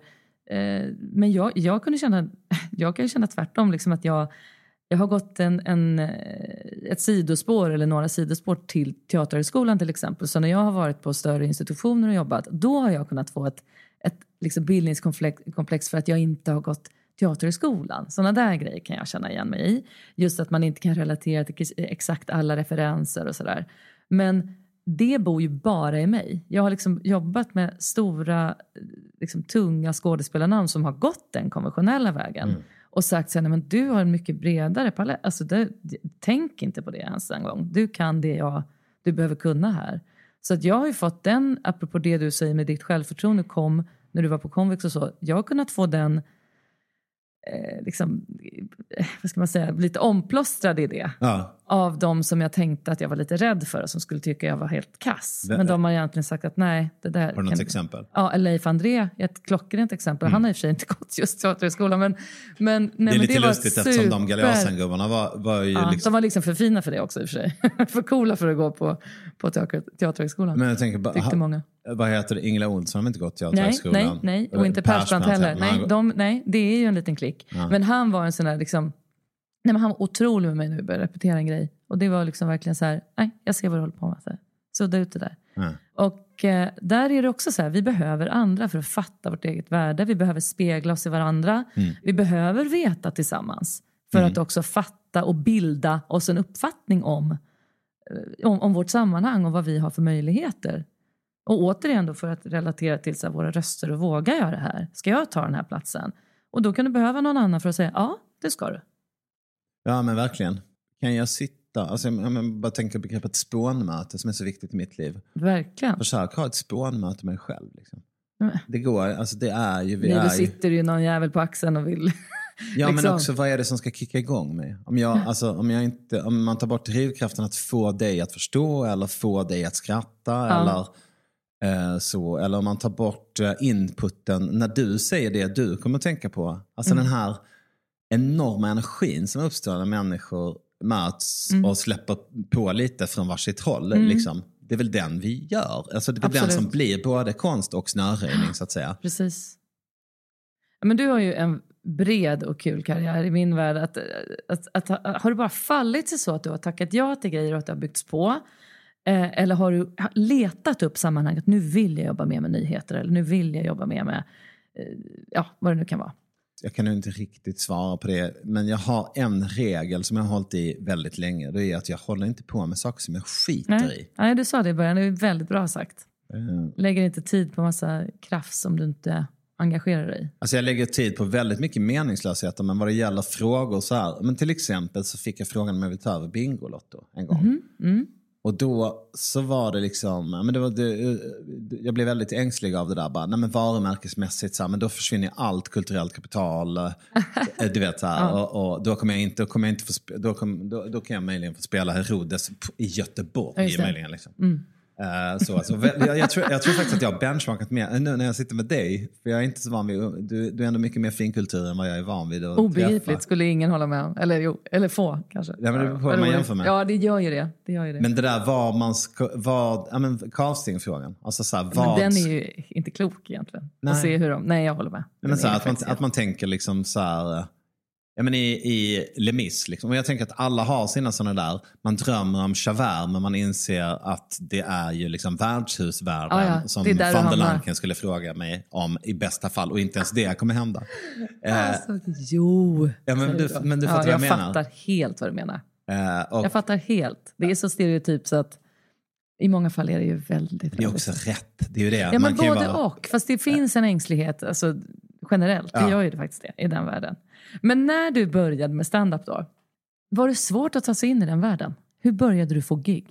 Men jag kan känna tvärtom liksom, att jag har gått ett sidospår eller några sidospår till Teaterhögskolan till exempel. Så när jag har varit på större institutioner och jobbat, då har jag kunnat få ett liksom bildningskomplex för att jag inte har gått Teaterhögskolan. Sådana där grejer kan jag känna igen mig i. Just att man inte kan relatera till exakt alla referenser och sådär. Men det bor ju bara i mig. Jag har liksom jobbat med stora, liksom, tunga skådespelarnamn som har gått den konventionella vägen. Och sagt så här, men du har en mycket bredare palett. Alltså, tänk inte på det ens en gång. Du kan det du behöver kunna här. Så att jag har ju fått den, apropå det du säger med ditt självförtroende kom när du var på Convex och så. Jag har kunnat få den, liksom, vad ska man säga, lite omplåstrad i det. Ja. Av de som jag tänkte att jag var lite rädd för och som skulle tycka jag var helt kass. Men de har egentligen sagt att nej, det där... Har du något exempel? Ja, Leif André, ett klockrent exempel. Han har i och för sig inte gått just teaterhögskolan, men det är lite lustigt eftersom de Galeasen-gubbarna var ju... Ja, de var liksom för fina för det också i och för sig. För coola för att gå på teaterhögskolan. Men jag tänker, tyckte många. Vad heter det? Ingela Olsson har inte gått teaterhögskolan. Nej. Och inte Persbrandt heller. Nej, det är ju en liten klick. Ja. Men han var en sån där liksom... Nej, men han var otrolig med mig nu, började repetera en grej. Och det var liksom verkligen så här, nej, jag ser vad du håller på med. Så här. Sudda ut det där. Och där är det också så här, vi behöver andra för att fatta vårt eget värde. Vi behöver spegla oss i varandra. Vi behöver veta tillsammans. För att också fatta och bilda oss en uppfattning om vårt sammanhang och vad vi har för möjligheter. Och återigen då för att relatera till så här, våra röster och våga göra det här. Ska jag ta den här platsen? Och då kan du behöva någon annan för att säga, ja, det ska du. Ja, men verkligen. Kan jag sitta... Alltså, jag bara tänker på begreppet spånmöte som är så viktigt i mitt liv. Verkligen. Försök ha ett spånmöte med dig själv. Liksom. Det går, alltså det är ju... Då sitter ju någon jävel på axeln och vill... Ja, liksom. Men också vad är det som ska kicka igång mig? Om man tar bort drivkraften att få dig att förstå eller få dig att skratta eller om man tar bort inputen när du säger det du kommer att tänka på. Alltså den här enorma energin som uppstår när människor möts och släpper på lite från varsitt håll. Liksom. Det är väl den vi gör. Alltså det är den som blir både konst och snöröjning så att säga. Precis. Men du har ju en bred och kul karriär i min värld. Har du bara fallit sig så att du har tackat ja till grejer och att det har byggts på? Eller har du letat upp sammanhanget? Nu vill jag jobba mer med nyheter. Eller nu vill jag jobba mer med vad det nu kan vara. Jag kan ju inte riktigt svara på det. Men jag har en regel som jag har hållit i väldigt länge. Det är att jag håller inte på med saker som jag skiter i. Nej, du sa det i början. Det är väldigt bra sagt. Lägger inte tid på massa kraft som du inte engagerar dig i. Alltså jag lägger tid på väldigt mycket meningslösheter. Men vad det gäller frågor så här. Men till exempel så fick jag frågan om jag vill ta över Bingolotto en gång. Och då så var det liksom, jag blev väldigt ängslig av det där. Bara, nej men varumärkesmässigt så här, men då försvinner allt kulturellt kapital. Du vet så här, och då kan jag möjligen få spela Herodes i Göteborg möjligen liksom. Jag tror faktiskt att jag har benchmarkat mer nu när jag sitter med dig. För jag är inte så van vid, du är ändå mycket mer finkultur än vad jag är van vid att obegripligt träffa. Skulle ingen hålla med om. Eller få kanske. Ja, men det får man jämför med. Ja, det gör ju det. Men det där castingfrågan. Alltså så här, men den är ju inte klok egentligen. Nej. Att se hur jag håller med. Men så här, att man tänker liksom så här... Ja, men i Les Mis liksom. Och jag tänker att alla har sina sådana där. Man drömmer om Javert, men man inser att det är ju liksom värdshusvärlden som van der Lanken skulle fråga mig om i bästa fall. Och inte ens det kommer hända. Jo. Ja, men du fattar vad jag menar. Jag fattar helt vad du menar. Jag fattar helt. Det är så stereotyp så att i många fall är det ju väldigt... Det är också rätt. Det är ju det. Ja, men både och. Fast det finns en ängslighet alltså, generellt. Det gör ju det faktiskt det i den världen. Men när du började med stand-up då, var det svårt att ta sig in i den världen? Hur började du få gig?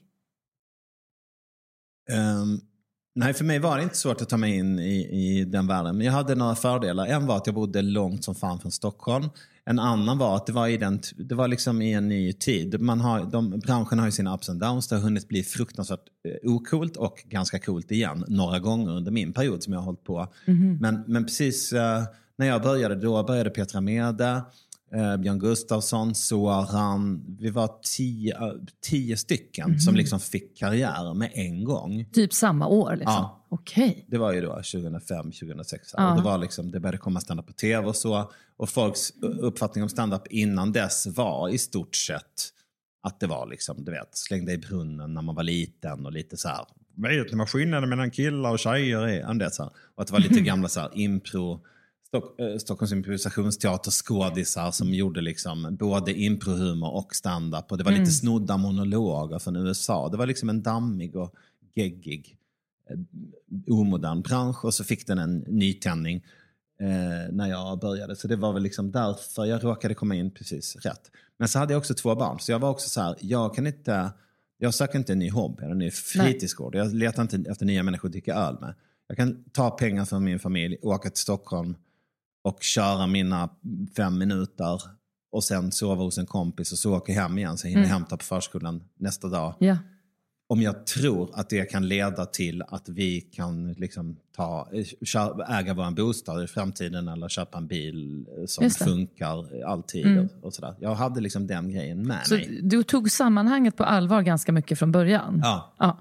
Nej, för mig var det inte svårt att ta mig in i den världen. Men jag hade några fördelar. En var att jag bodde långt som fan från Stockholm. En annan var att det var liksom i en ny tid. Branschen har ju sina ups and downs. Det har hunnit bli fruktansvärt okult och ganska coolt igen några gånger under min period som jag har hållit på. Men precis när jag började Petra Mede, Björn Gustafsson, Soran. Vi var 10 stycken som liksom fick karriär med en gång. Typ samma år liksom? Ja. Okej. Det var ju då 2005-2006. Och det var liksom, det började komma stand-up på tv och så. Och folks uppfattning om stand-up innan dess var i stort sett att det var liksom, du vet, slängde i brunnen när man var liten och lite så här. Vet ni vad skillnaden mellan killar och tjejer är? Så här. Och att det var lite gamla så här impro... Stockholms improvisationsteater skådisar som gjorde liksom både improhumor och stand-up. Och det var lite snodda monologer från USA. Det var liksom en dammig och geggig, omodern bransch. Och så fick den en nytändning när jag började. Så det var väl liksom därför jag råkade komma in precis rätt. Men så hade jag också 2 barn. Så jag var också så här, jag söker inte en ny hobby eller en ny fritidsgård. Jag letar inte efter nya människor att dricka öl med. Jag kan ta pengar från min familj, åka till Stockholm och köra mina 5 minuter och sen sova hos en kompis och så åka hem igen. Så jag hinner hämta på förskolan nästa dag. Ja. Om jag tror att det kan leda till att vi kan liksom äga vår bostad i framtiden eller köpa en bil som funkar alltid och sådär. Jag hade liksom den grejen med mig. Så du tog sammanhanget på allvar ganska mycket från början? Ja.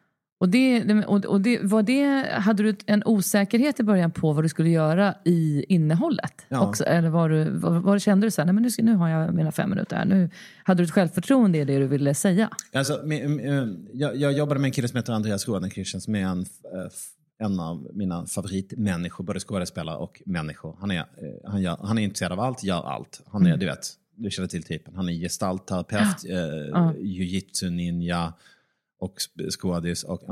Hade du en osäkerhet i början på vad du skulle göra i innehållet? Ja. Också, eller vad kände du så här, nej men nu har jag mina 5 minuter här. Nu hade du ett självförtroende i det du ville säga? Alltså, jag jobbade med en kille som heter Andreas Rodenkirchen som är en av mina favoritmänniskor, både skådespelare och människor. Han är intresserad av allt, gör allt. Han är, du känner till typen. Han är gestaltterapeut, jiu-jitsu ninja och skådis och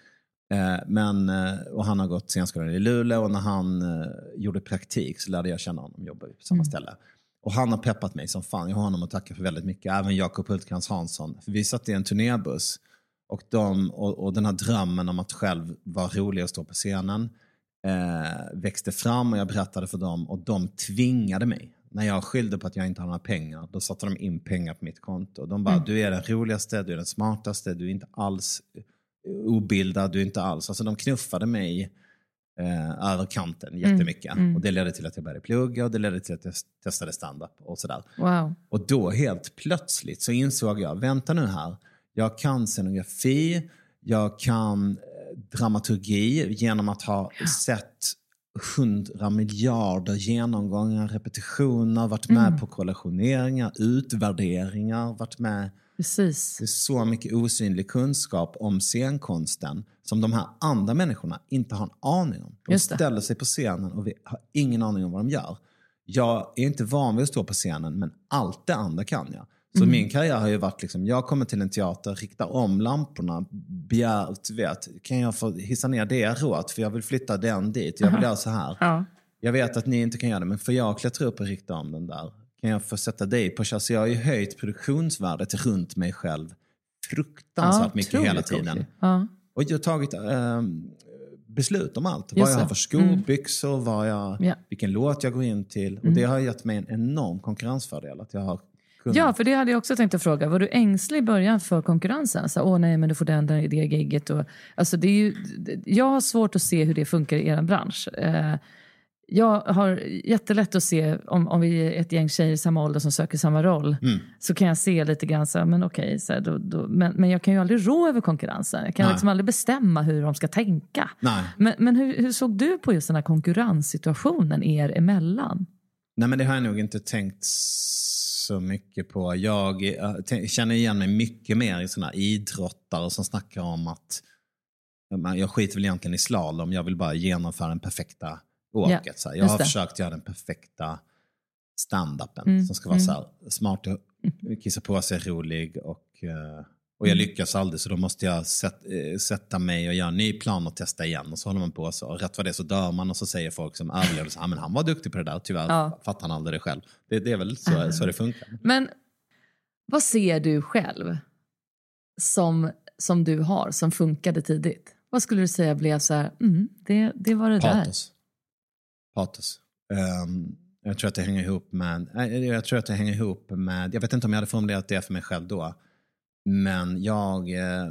och han har gått scenskolan i Luleå och när han gjorde praktik så lärde jag känna honom, jobba på samma ställe. Och han har peppat mig som fan. Jag har honom att tacka för väldigt mycket. Även Jakob Hultkrantz Hansson. För vi satt i en turnébuss och den här drömmen om att själv vara rolig och stå på scenen växte fram och jag berättade för dem och de tvingade mig. När jag skyllde på att jag inte har några pengar, då satte de in pengar på mitt konto. De bara, du är den roligaste, du är den smartaste, du är inte alls obildad, du är inte alls. Alltså de knuffade mig över kanten jättemycket. Och det ledde till att jag började plugga och det ledde till att jag testade stand-up och sådär. Wow. Och då helt plötsligt så insåg jag, vänta nu här, jag kan scenografi, jag kan dramaturgi genom att ha sett 100 miljarder genomgångar, repetitioner, varit med på kollationeringar, utvärderingar, varit med. Precis. Det är så mycket osynlig kunskap om scenkonsten som de här andra människorna inte har en aning om. De ställer sig på scenen och vi har ingen aning om vad de gör. Jag är inte van vid att stå på scenen, men allt det andra kan jag. Så min karriär har ju varit liksom, jag kommer till en teater, riktar om lamporna, kan jag få hissa ner det råt för jag vill flytta den dit, jag vill göra så här. Ja. Jag vet att ni inte kan göra det, men får jag klättra upp och rikta om den där? Kan jag få sätta dig på kärn? Så jag har ju höjt produktionsvärdet runt mig själv fruktansvärt mycket hela tiden. Ja. Och jag har tagit beslut om allt. Vad jag har för skor, byxor, vilken låt jag går in till. Och det har gett mig en enorm konkurrensfördel att jag har. Ja, för det hade jag också tänkt att fråga. Var du ängslig i början för konkurrensen? Så, nej, men du får det gigget. Alltså jag har svårt att se hur det funkar i er bransch. Jag har jättelätt att se om vi är ett gäng tjejer i samma ålder som söker samma roll. Så kan jag se lite grann så här, men okej. Men jag kan ju aldrig rå över konkurrensen. Jag kan liksom aldrig bestämma hur de ska tänka. Nej. Men hur såg du på just den här konkurrenssituationen er emellan? Nej, men det har jag nog inte tänkt så mycket på. Jag känner igen mig mycket mer i såna idrottare som snackar om att jag skiter väl egentligen i slalom. Jag vill bara genomföra den perfekta åket. Så jag har försökt göra den perfekta stand-upen som ska vara så här smart, kissa på sig, rolig och jag lyckas aldrig, så då måste jag sätta mig och göra en ny plan och testa igen, och så håller man på så, och rätt vad det så dör man och så säger folk som överlevde så, men han var duktig på det där, tyvärr fattar han aldrig det själv. Det är väl så det funkar. Men vad ser du själv som du har, som funkade tidigt? Vad skulle du säga blev så här, det var det Patos. där? Patos. Jag tror att det hänger ihop med, jag vet inte om jag hade formulerat det för mig själv då, men jag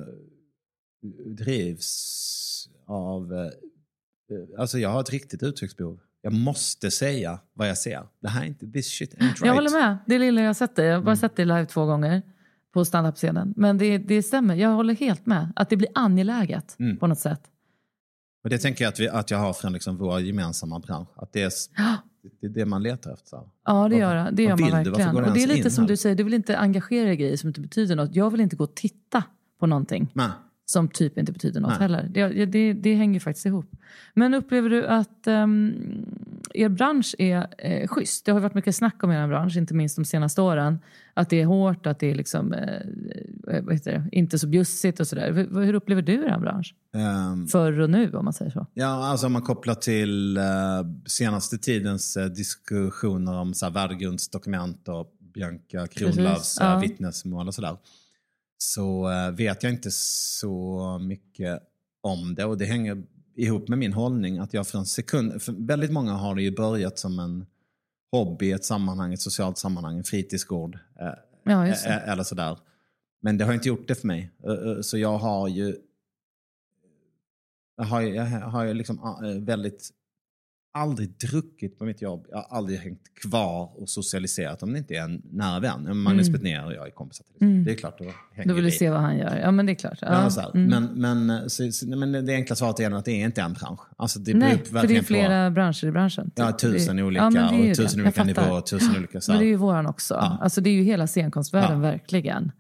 drivs av, alltså jag har ett riktigt uttrycksbehov. Jag måste säga vad jag ser. Det här är inte, this shit ain't right. Jag håller med, det är lilla jag har sett det. Jag har bara sett det live 2 gånger på stand-up-scenen. Men det stämmer, jag håller helt med. Att det blir angeläget på något sätt. Och det tänker jag att jag har från liksom vår gemensamma bransch. Att det är det man letar efter. Så. Ja, det gör man verkligen. Och det är lite som du säger, du vill inte engagera dig i grejer som inte betyder något. Jag vill inte gå och titta på någonting som typ inte betyder något heller. Det hänger faktiskt ihop. Men upplever du att er bransch är schysst. Det har varit mycket snack om er bransch, inte minst de senaste åren. Att det är hårt, att det är liksom, inte så bjussigt och sådär. Hur upplever du er bransch? Förr och nu, om man säger så. Ja, alltså om man kopplar till senaste tidens diskussioner om så här, värdegrundsdokument och Bianca Kronlöfs vittnesmål och sådär. Så vet jag inte så mycket om det. Och det hänger ihop med min hållning att jag för väldigt många har det ju börjat som en hobby, ett sammanhang, ett socialt sammanhang, en fritidsgård eller sådär. Men det har inte gjort det för mig. Så jag har ju liksom väldigt aldrig druckit på mitt jobb. Jag har aldrig hängt kvar och socialiserat om det inte är en nära vän. Magnus Bettner och jag är kompisar till. Det är klart, då vill du se vad han gör. Ja, men det är klart. Ja. Men det enkla svaret är att det är inte en bransch. Alltså det för det är flera branscher i branschen. Ja, 1000 olika och 1000 olika nivåer, 1000 olika så. Men det är ju våran också. Ja. Alltså det är ju hela scenkonstvärlden verkligen.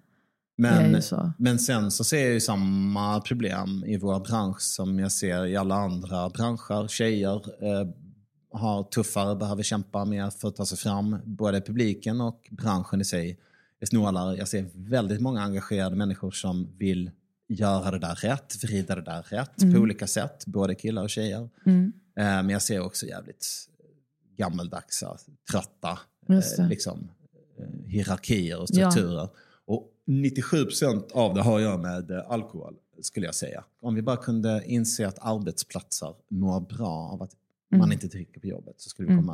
Men sen så ser jag ju samma problem i vår bransch som jag ser i alla andra branscher. Tjejer har tuffare, behöver kämpa mer för att ta sig fram. Både publiken och branschen i sig är snålare. Jag ser väldigt många engagerade människor som vill göra det där rätt, vrida det där rätt på olika sätt. Både killar och tjejer. Men jag ser också jävligt gammaldags, trötta hierarkier och strukturer. Ja. Och 97% av det har jag med alkohol, skulle jag säga. Om vi bara kunde inse att arbetsplatser mår bra av att man inte dricker på jobbet, så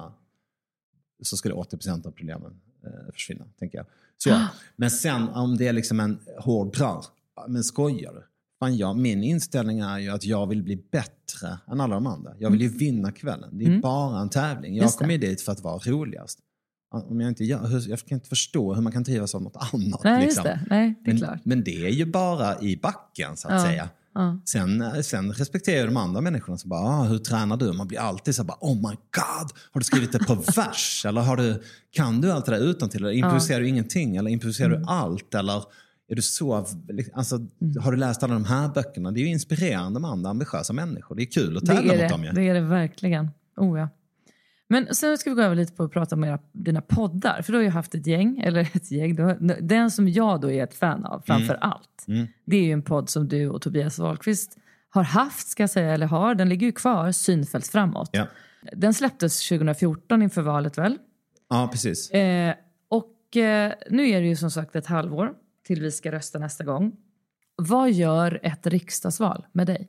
skulle 80% av problemen försvinna, tänker jag. Så, men sen om det är liksom en hård bransch, men skojar du? Min inställning är ju att jag vill bli bättre än alla de andra. Jag vill ju vinna kvällen. Det är bara en tävling. Jag kommer dit för att vara roligast. Om jag kan inte förstå hur man kan trivas av något annat. Nej, liksom. just det. Nej, det är klart. Men det är ju bara i backen, så att säga. Sen respekterar jag de andra människorna som bara, hur tränar du? Man blir alltid så bara, oh my god, har du skrivit det på vers? Eller kan du allt det där utantill? Eller improviserar du ingenting? Eller improviserar du allt? Eller är du så, alltså, har du läst alla de här böckerna? Det är ju inspirerande med andra ambitiösa människor. Det är kul att tävla mot dem. Det är det verkligen. Ja. Men sen ska vi gå över lite på att prata om dina poddar. För du har ju haft ett gäng. Den som jag då är ett fan av framför allt. Det är ju en podd som du och Tobias Wahlqvist har haft, ska jag säga. Eller har. Den ligger ju kvar, Synfält framåt. Ja. Den släpptes 2014 inför valet väl? Ja, precis. Nu är det ju som sagt ett halvår till vi ska rösta nästa gång. Vad gör ett riksdagsval med dig?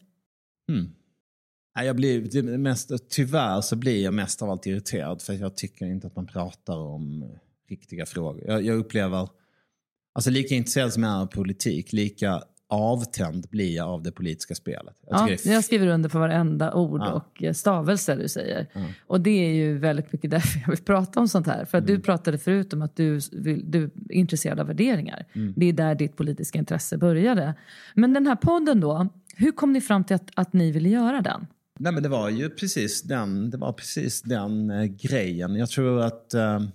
Tyvärr så blir jag mest av allt irriterad, för jag tycker inte att man pratar om riktiga frågor. Jag upplever, alltså lika intresserad som jag är av politik, lika avtänd blir jag av det politiska spelet. Jag skriver under på varenda ord och stavelse du säger. Och det är ju väldigt mycket därför jag vill prata om sånt här. För att du pratade förut om att du är intresserad av värderingar. Det är där ditt politiska intresse började. Men den här podden då, hur kom ni fram till att ni ville göra den? Nej, men det var ju precis den grejen. Jag tror att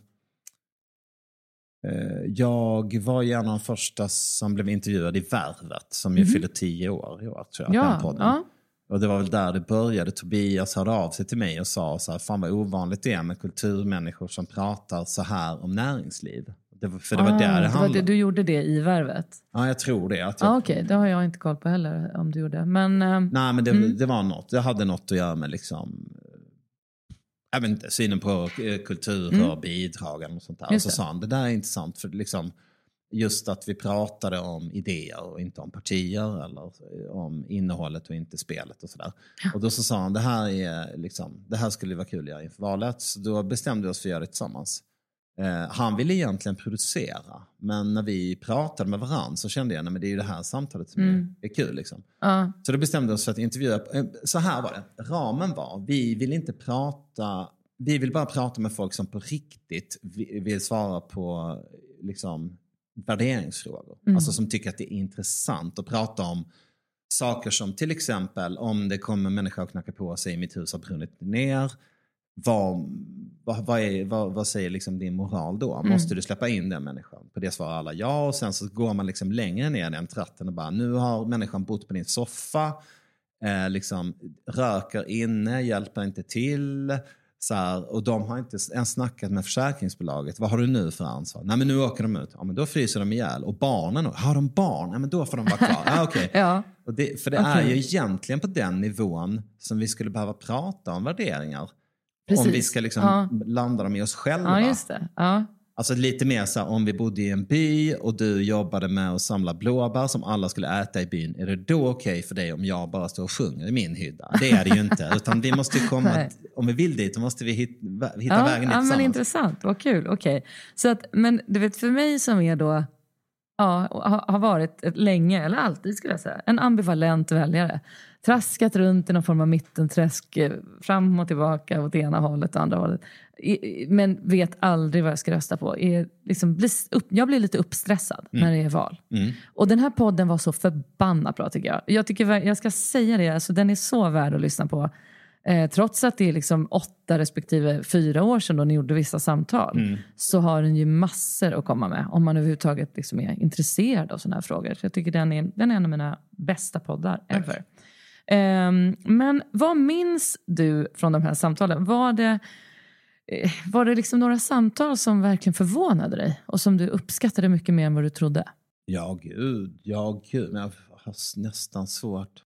jag var en av de första som blev intervjuad i Värvet, som ju fyllde 10 år i år, tror jag, den podden. Och det var väl där det började. Tobias hörde av sig till mig och sa så här, fan vad ovanligt det är med kulturmänniskor som pratar så här om näringsliv. För det var där det handlade. Du gjorde det i Värvet? Ja, jag tror det. Okej, det har jag inte koll på heller om du gjorde. Men, nej, men det var något. Det hade något att göra med liksom, jag vet inte, synen på kultur och bidrag och sånt där. Och så sa han, det där är intressant för liksom, just att vi pratade om idéer och inte om partier, eller om innehållet och inte spelet och sådär. Och då så sa han, det här skulle vara kul att göra inför valet. Så då bestämde vi oss för att göra det tillsammans. Han ville egentligen producera, men när vi pratade med varandra så kände jag, nej, men det är ju det här samtalet som är kul liksom. Så då bestämde vi oss för att intervjua. Så här var det, ramen var, vi vill bara prata med folk som på riktigt vill svara på liksom värderingsfrågor. Alltså som tycker att det är intressant att prata om saker som till exempel, om det kommer människor och knackar på sig, mitt hus har brunnit ner, vad säger liksom din moral då? Måste du släppa in den människan? På det svarar alla ja, och sen så går man liksom längre ner den tratten och bara, nu har människan bott på din soffa, liksom röker inne, hjälper inte till, Så här, och de har inte ens snackat med försäkringsbolaget. Vad har du nu för ansvar? Nej, men nu åker de ut. Ja, men då fryser de ihjäl. Och barnen, har de barn? Ja, men då får de vara kvar. Ja, okay. Ja. Och för det är ju egentligen på den nivån som vi skulle behöva prata om värderingar. Precis. Om vi ska liksom landa dem i oss själva. Ja, just det. Ja. Alltså lite mer så här, om vi bodde i en by och du jobbade med att samla blåbär som alla skulle äta i byn. Är det då okej för dig om jag bara står och sjunger i min hydda? Det är det ju inte. Utan vi måste komma, om vi vill dit, då måste vi hitta vägen dit tillsammans. Men intressant, vad kul. Okej. Så att, men du vet, för mig som är då, har varit ett länge, eller alltid skulle jag säga, en ambivalent väljare. Traskat runt i någon form av mittenträsk, fram och tillbaka åt ena hållet och andra hållet. Men vet aldrig vad jag ska rösta på. Jag blir lite uppstressad när det är val. Och den här podden var så förbannat bra, tycker jag. Jag ska säga det, alltså, den är så värd att lyssna på. Trots att det är liksom 8 respektive 4 år sedan då ni gjorde vissa samtal, så har den ju massor att komma med om man överhuvudtaget liksom är intresserad av såna här frågor. Så jag tycker den är en av mina bästa poddar ever. Men vad minns du från de här samtalen? Var det liksom några samtal som verkligen förvånade dig och som du uppskattade mycket mer än vad du trodde? Ja, gud. Men jag har nästan svårt.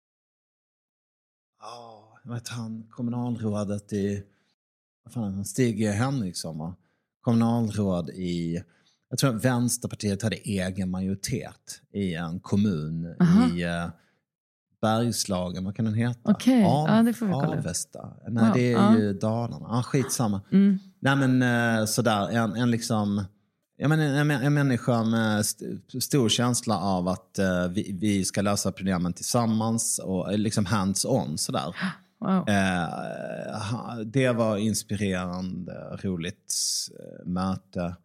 Jag vet han, kommunalrådet i, Stig Henriksson, va? Kommunalråd i, jag tror att Vänsterpartiet hade egen majoritet i en kommun i Bergslagen, vad kan den heta? Okej, det får vi kolla. Avesta. Nej, det är ju Dalarna. Skitsamma. Nej, men sådär, en liksom, en människa med stor känsla av att vi ska lösa problemen tillsammans och liksom hands-on sådär. Wow. Det var inspirerande, roligt möte.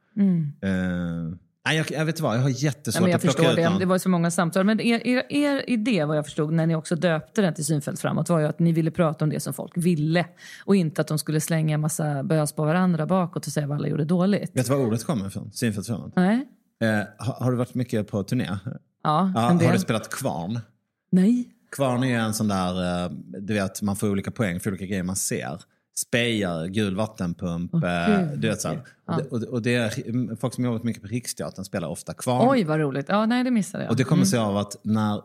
Jag vet vad, jag har jättesvårt att plocka ut det var så många samtal. Men er idé, vad jag förstod, när ni också döpte den till Synfält framåt, var ju att ni ville prata om det som folk ville. Och inte att de skulle slänga en massa bös på varandra bakåt och säga vad alla gjorde dåligt. Vet du var ordet kommer ifrån? Synfält framåt? Nej. Har du varit mycket på turné? Ja. Har du spelat kvarn? Nej. Kvarn är en sån där, du vet, man får olika poäng för olika grejer man ser. Spejar, gul vattenpump, du vet så här. Och det är folk som jobbat mycket på Riksteatern spelar ofta kvarn. Oj, vad roligt. Ja, nej, det missade jag. Och det kommer sig av att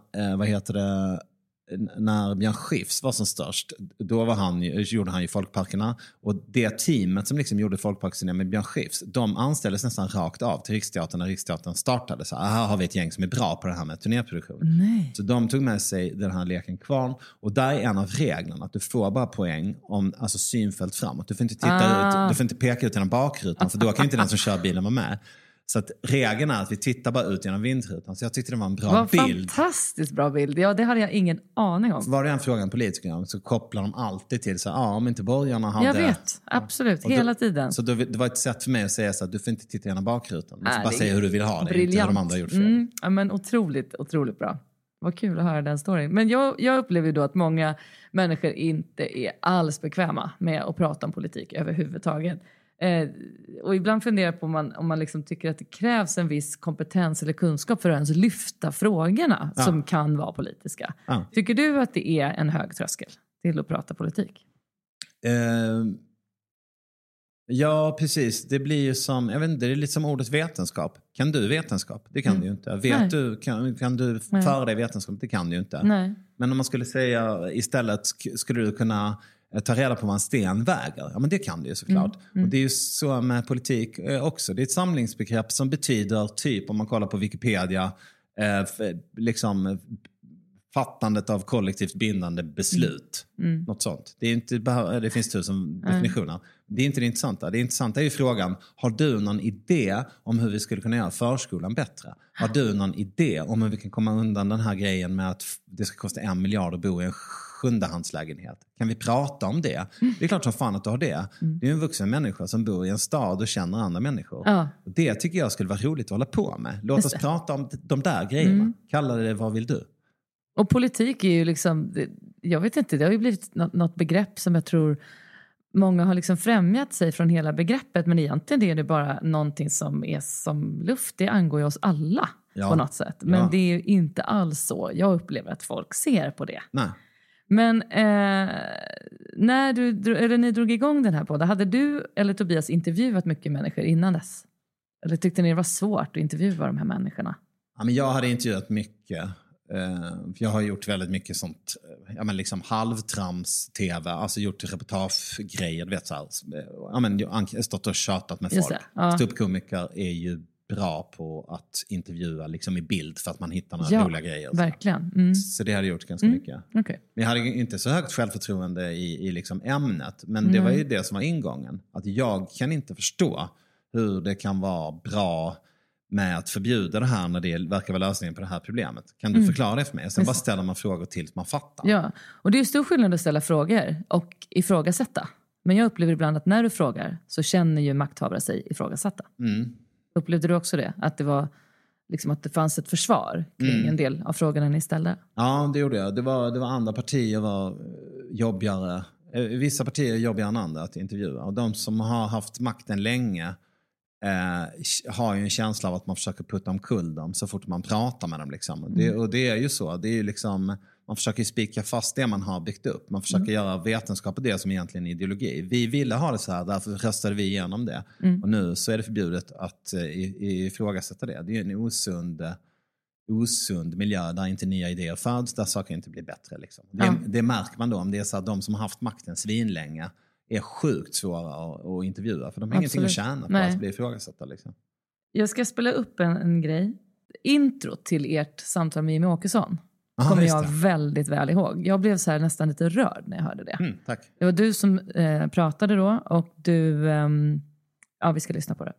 när Björn Skifs var som störst, då gjorde han ju Folkparkerna, och det teamet som liksom gjorde Folkparkerna med Björn Skifs, de anställdes nästan rakt av till Riksteatern när Riksteatern startade. Så här har vi ett gäng som är bra på det här med turnéproduktion. Nej. Så de tog med sig den här leken kvarn, och där är en av reglerna att du får bara poäng om alltså synfält framåt. Du får inte titta ut, du får inte peka ut genom bakrutan, för då kan inte den som kör bilen vara med. Så att regeln är att vi tittar bara ut genom vindrutan. Så jag tyckte det var en bra bild. Fantastiskt bra bild. Ja, det hade jag ingen aning om. Var det en fråga om politikerna så kopplar de alltid till så om inte borgarna hade... Jag vet, absolut, hela tiden. Så det var ett sätt för mig att säga så att du får inte titta genom bakrutan. Du får bara säga hur du vill ha det, briljant. Inte hur de andra har gjort för ja, men otroligt bra. Vad kul att höra den storyn. Men jag upplever ju då att många människor inte är alls bekväma med att prata om politik överhuvudtaget. Och ibland funderar jag på om man liksom tycker att det krävs en viss kompetens eller kunskap för att ens lyfta frågorna som kan vara politiska. Tycker du att det är en hög tröskel till att prata politik? Ja, precis. Det blir ju som, jag vet inte, det är lite som ordet vetenskap. Kan du vetenskap? Det kan du ju inte. Kan du föra dig vetenskap? Det kan du ju inte. Nej. Men om man skulle säga istället, skulle du kunna ta reda på vad en sten väger? Ja, men det kan du ju såklart. Och det är ju så med politik också. Det är ett samlingsbegrepp som betyder typ, om man kollar på Wikipedia, liksom fattandet av kollektivt bindande beslut. Något sånt. Det är inte bara, det finns 1000 definitioner. Det är inte det intressanta. Det intressanta är ju frågan, har du någon idé om hur vi skulle kunna göra förskolan bättre? Har du någon idé om hur vi kan komma undan den här grejen med att det ska kosta 1 miljard att bo i en sjundehandslägenhet? Kan vi prata om det? Det är klart som fan att du har det. Det är en vuxen människa som bor i en stad och känner andra människor. Och det tycker jag skulle vara roligt att hålla på med. Låt oss prata om de där grejerna. Kalla det vad vill du? Och politik är ju liksom, jag vet inte, det har ju blivit något begrepp som jag tror många har liksom främjat sig från hela begreppet, men egentligen är det bara någonting som är som luft. Det angår ju oss alla på något sätt. Men det är ju inte alls så jag upplever att folk ser på det. Nej. Men när ni drog igång den här podden, hade du eller Tobias intervjuat mycket människor innan dess? Eller tyckte ni det var svårt att intervjua de här människorna? Ja, men jag hade intervjuat mycket. Jag har gjort väldigt mycket sånt, liksom halvtrams-tv, alltså gjort reportagegrejer, du vet så här. Jag har stått och tjatat med folk. Ståuppkomiker är ju bra på att intervjua liksom i bild för att man hittar några roliga grejer. Verkligen. Så det hade jag gjort ganska mycket. Okay. Men jag hade inte så högt självförtroende i liksom ämnet, men det var ju det som var ingången. Att jag kan inte förstå hur det kan vara bra med att förbjuda det här när det verkar vara lösningen på det här problemet. Kan du förklara det för mig? Sen bara ställer man frågor tills man fattar. Ja, och det är stor skillnad att ställa frågor och ifrågasätta. Men jag upplever ibland att när du frågar så känner ju makthavare sig ifrågasatta. Upplevde du också det? Att det var liksom att det fanns ett försvar kring en del av frågorna ni ställde? Ja, det gjorde jag. Det var andra partier var jobbigare. Vissa partier är jobbigare än andra att intervjua. Och de som har haft makten länge har ju en känsla av att man försöker putta omkull dem så fort man pratar med dem. Liksom. Och det är ju så. Det är ju liksom, man försöker spika fast det man har byggt upp. Man försöker göra vetenskap på det som egentligen är ideologi. Vi ville ha det så här, därför röstade vi igenom det. Och nu så är det förbjudet att ifrågasätta det. Det är ju en osund miljö där inte nya idéer föds, där saker inte blir bättre. Liksom. Det märker man då om det är så att de som har haft makten svinlänge är sjukt svåra att intervjua. För de har ingenting att tjäna på att bli ifrågasatta. Liksom. Jag ska spela upp en grej. Intro till ert samtal med Jimmie Åkesson kommer jag väldigt väl ihåg. Jag blev så här nästan lite rörd när jag hörde det. Tack. Det var du som pratade då och du... vi ska lyssna på det.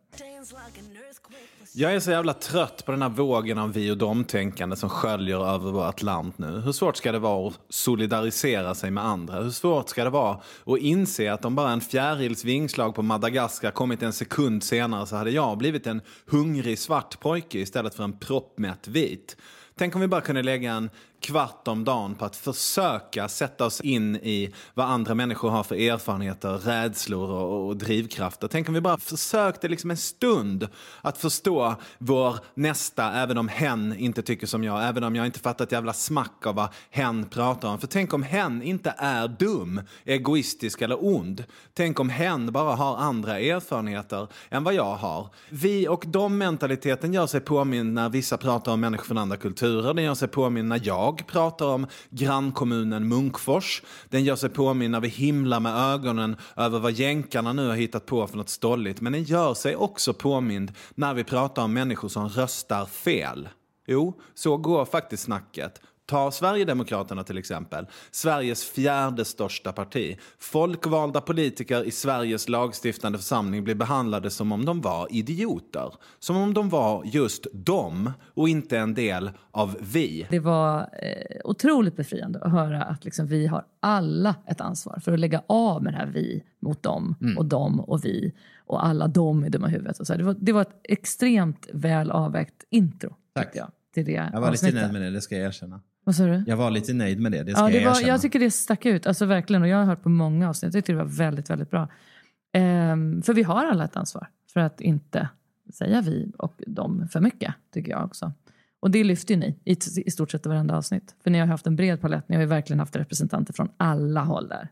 Jag är så jävla trött på den här vågen av vi och dom-tänkande som sköljer över vårt land nu. Hur svårt ska det vara att solidarisera sig med andra? Hur svårt ska det vara att inse att om bara en fjärils vingslag på Madagaskar kommit en sekund senare så hade jag blivit en hungrig svart pojke istället för en proppmätt vit? Tänk om vi bara kunde lägga en kvart om dagen på att försöka sätta oss in i vad andra människor har för erfarenheter, rädslor och drivkrafter. Tänk om vi bara försökte liksom en stund att förstå vår nästa, även om hen inte tycker som jag, även om jag inte fattar ett jävla smack av vad hen pratar om. För tänk om hen inte är dum, egoistisk eller ond. Tänk om hen bara har andra erfarenheter än vad jag har. Vi och de mentaliteten gör sig påminn när vissa pratar om människor från andra kulturer. Den gör sig påminn när jag pratar om grannkommunen Munkfors. Den gör sig påminn när vi himlar med ögonen över vad jänkarna nu har hittat på för något stolligt. Men den gör sig också påminn när vi pratar om människor som röstar fel. Jo, så går faktiskt snacket. Ta Sverigedemokraterna till exempel. Sveriges fjärde största parti. Folkvalda politiker i Sveriges lagstiftande församling blir behandlade som om de var idioter. Som om de var just de och inte en del av vi. Det var otroligt befriande att höra att liksom vi har alla ett ansvar för att lägga av med det här vi mot dem och dem och vi. Och alla de är dumma i huvudet. Och så. Det var ett extremt väl avvägt intro. Tack. Jag var lite nöjd med det ska jag erkänna. Vad sa du? Jag var lite nöjd med det ska jag erkänna. Jag tycker det stack ut, alltså verkligen. Och jag har hört på många avsnitt, jag tyckte det var väldigt, väldigt bra. För vi har alla ett ansvar för att inte säga vi och dem för mycket, tycker jag också. Och det lyfter ju ni i stort sett varenda avsnitt. För ni har haft en bred palett, ni har ju verkligen haft representanter från alla håll där.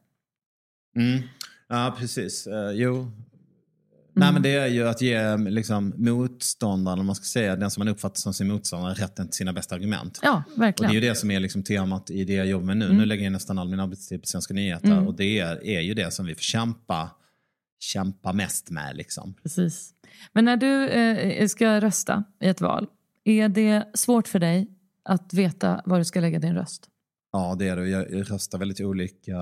Ja, precis. Nej, men det är ju att ge liksom, motståndaren, om man ska säga, den som man uppfattar som sin motståndare, rätten till sina bästa argument. Ja, verkligen. Och det är ju det som är liksom temat i det jag jobbar med nu. Nu lägger jag nästan all min arbetstid på Svenska nyheter. Och det är ju det som vi får kämpa mest med. Liksom. Precis. Men när du ska rösta i ett val, är det svårt för dig att veta var du ska lägga din röst? Ja, det är det. Jag röstar väldigt olika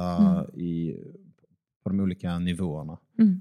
på de olika nivåerna.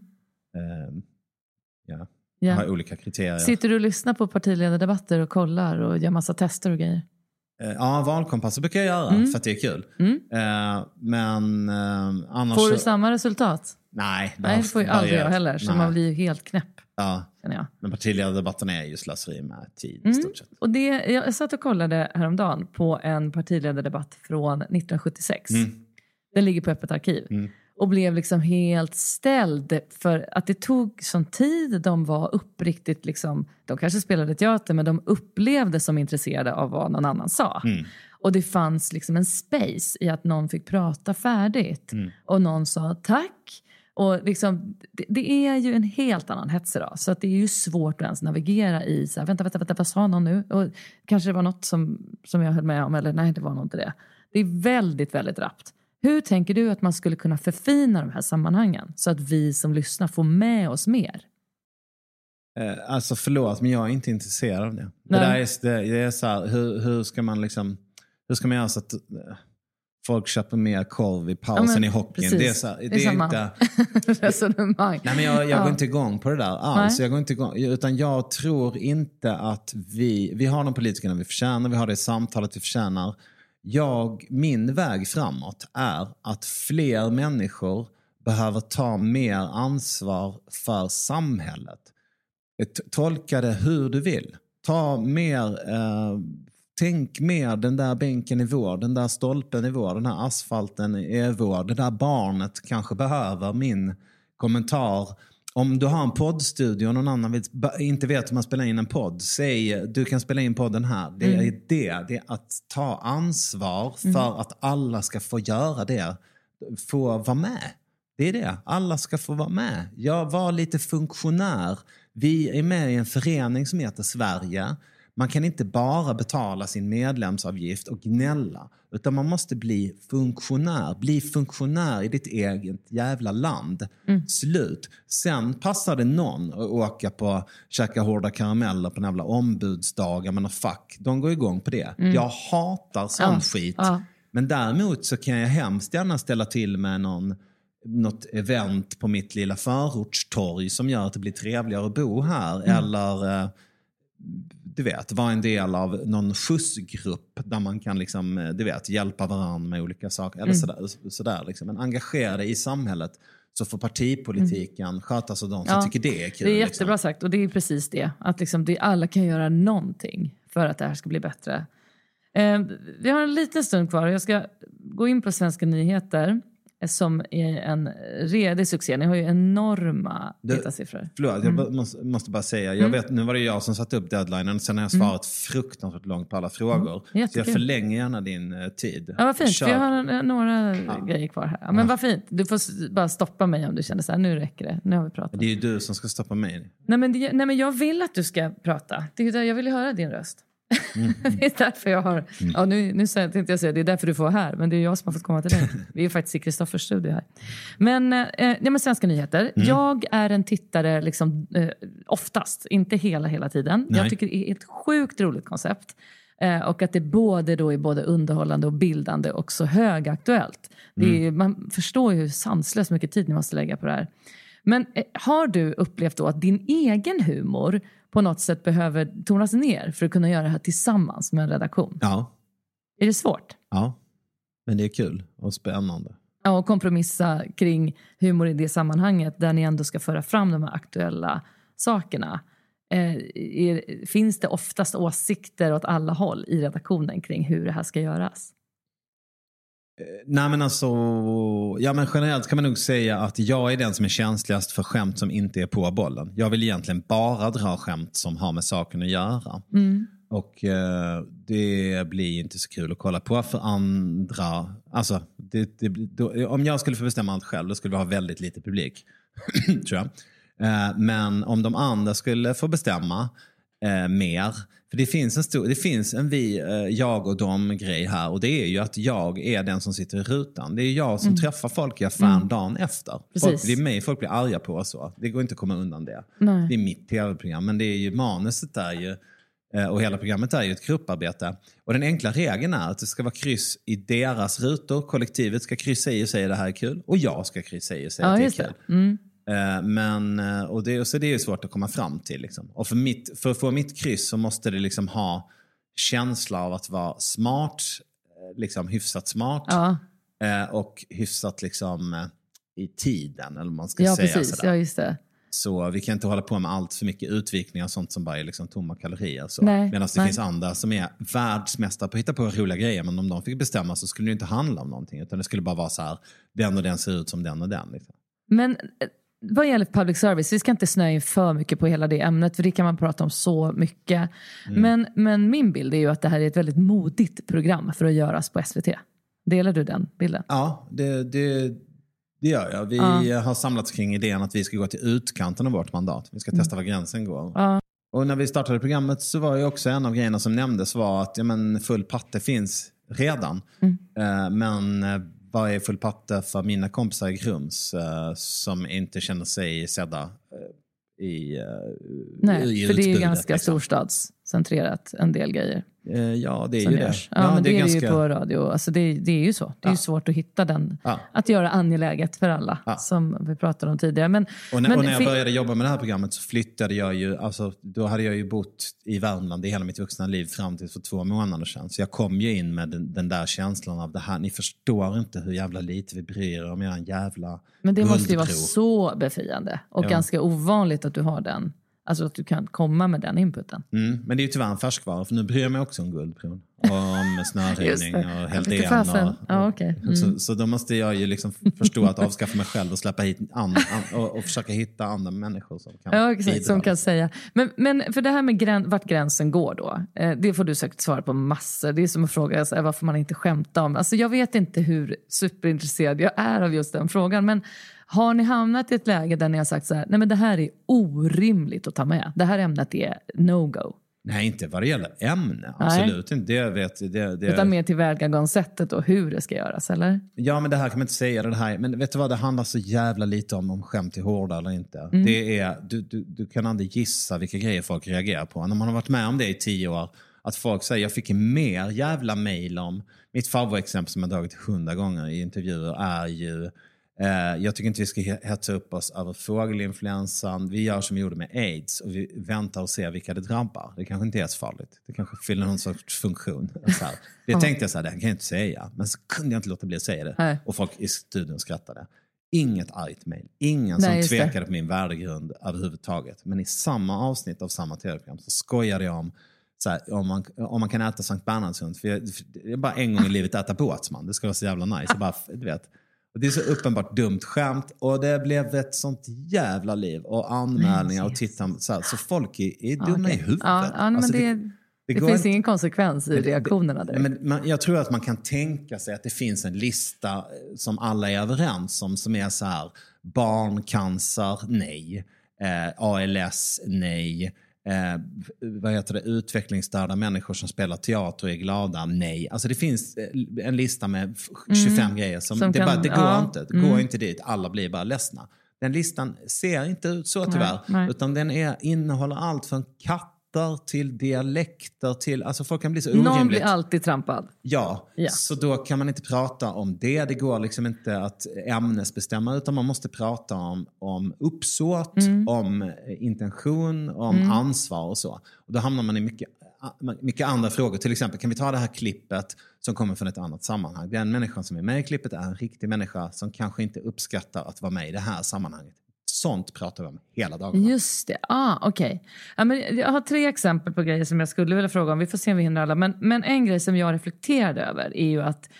Jag har olika kriterier. Sitter du och lyssnar på partiledardebatter och kollar och gör massa tester och grejer? Ja, valkompasser brukar jag göra för att det är kul. Men annars... Får du samma resultat? Nej. Det får ju aldrig jag heller, så man blir ju helt knäpp. Ja, men partiledardebatten är ju slöseri med tid i stort sett. Och jag satt och kollade häromdagen på en partiledardebatt från 1976. Den ligger på Öppet arkiv. Och blev liksom helt ställd för att det tog sån tid. De var uppriktigt liksom, de kanske spelade teater men de upplevde som intresserade av vad någon annan sa. Och det fanns liksom en space i att någon fick prata färdigt. Och någon sa tack. Och liksom, det är ju en helt annan hets idag. Så att det är ju svårt att ens navigera i så här, vänta, vad sa någon nu? Och kanske det var något som jag höll med om, eller nej, det var nog inte det. Det är väldigt, väldigt rappt. Hur tänker du att man skulle kunna förfina de här sammanhangen så att vi som lyssnar får med oss mer? Alltså förlåt, men jag är inte intresserad av det. Det är så här, hur ska man liksom, hur ska man göra så att folk köper mer korv i pausen i hockeyn? Det är så här, det är inte resonemang. Nej, men jag går inte igång på det där alls. Jag går inte igång, utan jag tror inte att vi har de politikerna vi förtjänar, vi har det samtalet vi förtjänar. Min väg framåt är att fler människor behöver ta mer ansvar för samhället. Tolka det hur du vill. Tänk mer den där bänken i vår, den där stolpen i vår, den här asfalten i vår. Det där barnet kanske behöver min kommentar. Om du har en poddstudio och någon annan inte vet hur man spelar in en podd, säg du kan spela in podden här. Det är att ta ansvar för att alla ska få göra det. Få vara med. Det är det. Alla ska få vara med. Jag var lite funktionär. Vi är med i en förening som heter Sverige. Man kan inte bara betala sin medlemsavgift och gnälla. Utan man måste bli funktionär. Bli funktionär i ditt eget jävla land. Slut. Sen passar det någon att åka på käka hårda karameller på en jävla ombudsdagar. Men fuck, de går igång på det. Jag hatar sån skit. Men däremot så kan jag hemskt gärna ställa till med något event på mitt lilla förortstorg som gör att det blir trevligare att bo här. Eller du vet, vara en del av någon skjutsgrupp där man kan liksom, du vet, hjälpa varandra med olika saker. Eller sådär liksom. Men engagera dig i samhället så får partipolitiken skötas av de som tycker det är kul. Det är jättebra sagt, och det är precis det. Att liksom alla kan göra någonting för att det här ska bli bättre. Vi har en liten stund kvar. Jag ska gå in på Svenska nyheter som är en redig succé. Ni har ju enorma siffror. Förlåt, jag måste bara säga. Jag vet, nu var det jag som satte upp deadlinen. Sen har jag svarat fruktansvärt långt på alla frågor. Så jag förlänger gärna din tid. Ja, vad fint. För jag har några grejer kvar här. Ja, men vad fint. Du får bara stoppa mig om du känner så här. Nu räcker det. Nu har vi pratat. Det är ju du som ska stoppa mig. Nej, men jag vill att du ska prata. Jag vill höra din röst. Det är därför jag har nu tänkte jag säga, det är därför du får vara här, men det är jag som har fått komma till dig. Vi är faktiskt i Kristoffers studio här. Men Svenska nyheter. Jag är en tittare liksom, oftast, inte hela tiden. Jag tycker det är ett sjukt roligt koncept. Och att det är både underhållande och bildande och så högaktuellt. Man förstår ju hur sanslöst mycket tid ni måste lägga på det här. Men har du upplevt då att din egen humor på något sätt behöver tonas ner för att kunna göra det här tillsammans med en redaktion? Ja. Är det svårt? Ja, men det är kul och spännande. Ja, och kompromissa kring humor i det sammanhanget där ni ändå ska föra fram de här aktuella sakerna. Finns det oftast åsikter åt alla håll i redaktionen kring hur det här ska göras? Nej, men alltså, men generellt kan man nog säga att jag är den som är känsligast för skämt som inte är på bollen. Jag vill egentligen bara dra skämt som har med saken att göra. Och det blir inte så kul att kolla på för andra. Alltså, om jag skulle få bestämma allt själv, då skulle vi ha väldigt lite publik. Tror jag. Men om de andra skulle få bestämma mer. För det finns en jag och dem grej här. Och det är ju att jag är den som sitter i rutan. Det är jag som träffar folk i affären dagen efter. Folk blir arga på och så. Det går inte att komma undan det. Nej. Det är mitt tv-program. Men det är ju manuset där ju. Och hela programmet är ju ett grupparbete. Och den enkla regeln är att det ska vara kryss i deras rutor. Kollektivet ska kryssa i och säga det här är kul. Och jag ska kryssa i och säga att det är kul. Och det är svårt att komma fram till liksom. Och för att få mitt kryss så måste det liksom ha känsla av att vara smart, liksom hyfsat smart, och hyfsat liksom i tiden, eller man ska säga precis. Sådär. Ja, just det. Så vi kan inte hålla på med allt för mycket utvikningar och sånt som bara är liksom tomma kalorier. Medan det finns andra som är världsmästare på att hitta på roliga grejer. Men om de fick bestämma så skulle det inte handla om någonting. Utan det skulle bara vara så här, den och den ser ut som den och den. Liksom. Men vad gäller public service, vi ska inte snöa in för mycket på hela det ämnet, för det kan man prata om så mycket. Men min bild är ju att det här är ett väldigt modigt program för att göras på SVT. Delar du den bilden? Ja, det gör jag. Vi har samlats kring idén att vi ska gå till utkanten av vårt mandat. Vi ska testa var gränsen går. Och när vi startade programmet så var ju också en av grejerna som nämndes var att full patte finns redan. Men vad är full patte för mina kompisar i Grums som inte känner sig sedda i för det är ju ganska storstadscentrerat en del grejer. Ja, det är ju det. Ja, men det är ganska... ju på radio. Alltså det är ju så. Det är ju svårt att hitta den. Att göra angeläget för alla, som vi pratade om tidigare. Och när jag började jobba med det här programmet så flyttade jag ju, då hade jag ju bott i Värmland i hela mitt vuxna liv fram till för 2 månader sedan. Så jag kom ju in med den där känslan av det här. Ni förstår inte hur jävla lite vi bryr er om er jävla Men det måste ju vara så befriande. Och ganska ovanligt att du har den. Alltså att du kan komma med den inputen. Men det är ju tyvärr en färskvara. För nu bryr jag mig också om guldpron. Och om snöröjning och helt igen. Så då måste jag ju liksom förstå att avskaffa mig själv och släppa hit och försöka hitta andra människor som kan exakt, som kan säga. Men för det här med vart gränsen går då. Det får du säkert svara på massor. Det är som att fråga varför man inte skämtar om. Alltså jag vet inte hur superintresserad jag är av just den frågan. Men har ni hamnat i ett läge där ni har sagt så här: nej men det här är orimligt att ta med. Det här ämnet är no-go. Nej, inte vad det gäller ämne. Absolut inte. Utan mer tillvägagångssättet och hur det ska göras, eller? Ja, men det här kan man inte säga. Det här. Men vet du vad, det handlar så jävla lite om skämt är hårda eller inte. Det är, du kan aldrig gissa vilka grejer folk reagerar på. När man har varit med om det i 10 år, att folk säger, jag fick mer jävla mejl om. Mitt favoritexempel som jag dragit 100 gånger i intervjuer är ju, jag tycker inte vi ska hetsa upp oss över fågelinfluensan. Vi gör som vi gjorde med AIDS och vi väntar och ser vilka det drabbar. Det kanske inte är så farligt. Det kanske fyller någon sorts funktion. Så här. Det tänkte jag så här, det kan jag inte säga. Men så kunde jag inte låta bli att säga det. Nej. Och folk i studion skrattade. Inget argt mejl. Ingen som tvekade på min värdegrund överhuvudtaget. Men i samma avsnitt av samma tv-program så skojade jag om så här, om man kan äta Sankt Bernhardshund. För det är bara en gång i livet att äta båtsman. Det ska vara så jävla nice. Bara, du vet. Och det är så uppenbart dumt skämt. Och det blev ett sånt jävla liv. Och anmälningar och titta. Så folk är dumma i huvudet. Ja, men det finns ingen konsekvens i reaktionerna där. Men jag tror att man kan tänka sig att det finns en lista som alla är överens om. Som är så här: barncancer, nej. ALS, nej. Utvecklingsstörda människor som spelar teater och är glada, nej. Alltså det finns en lista med 25 grejer som det går inte. Det går inte dit. Alla blir bara ledsna. Den listan ser inte ut så tyvärr. Nej. Utan den innehåller allt från katter till dialekter till, alltså folk kan bli så orimligt. Någon blir alltid trampad. Ja, så då kan man inte prata om det. Det går liksom inte att ämnesbestämma, utan man måste prata om uppsåt, om intention, om ansvar och så. Och då hamnar man i mycket andra frågor. Till exempel, kan vi ta det här klippet som kommer från ett annat sammanhang? Den människan som är med i klippet är en riktig människa som kanske inte uppskattar att vara med i det här sammanhanget. Sånt pratar vi om hela dagen. Just det, okej. Ja, men jag har 3 exempel på grejer som jag skulle vilja fråga om. Vi får se om vi hinner alla. Men en grej som jag reflekterade över är ju att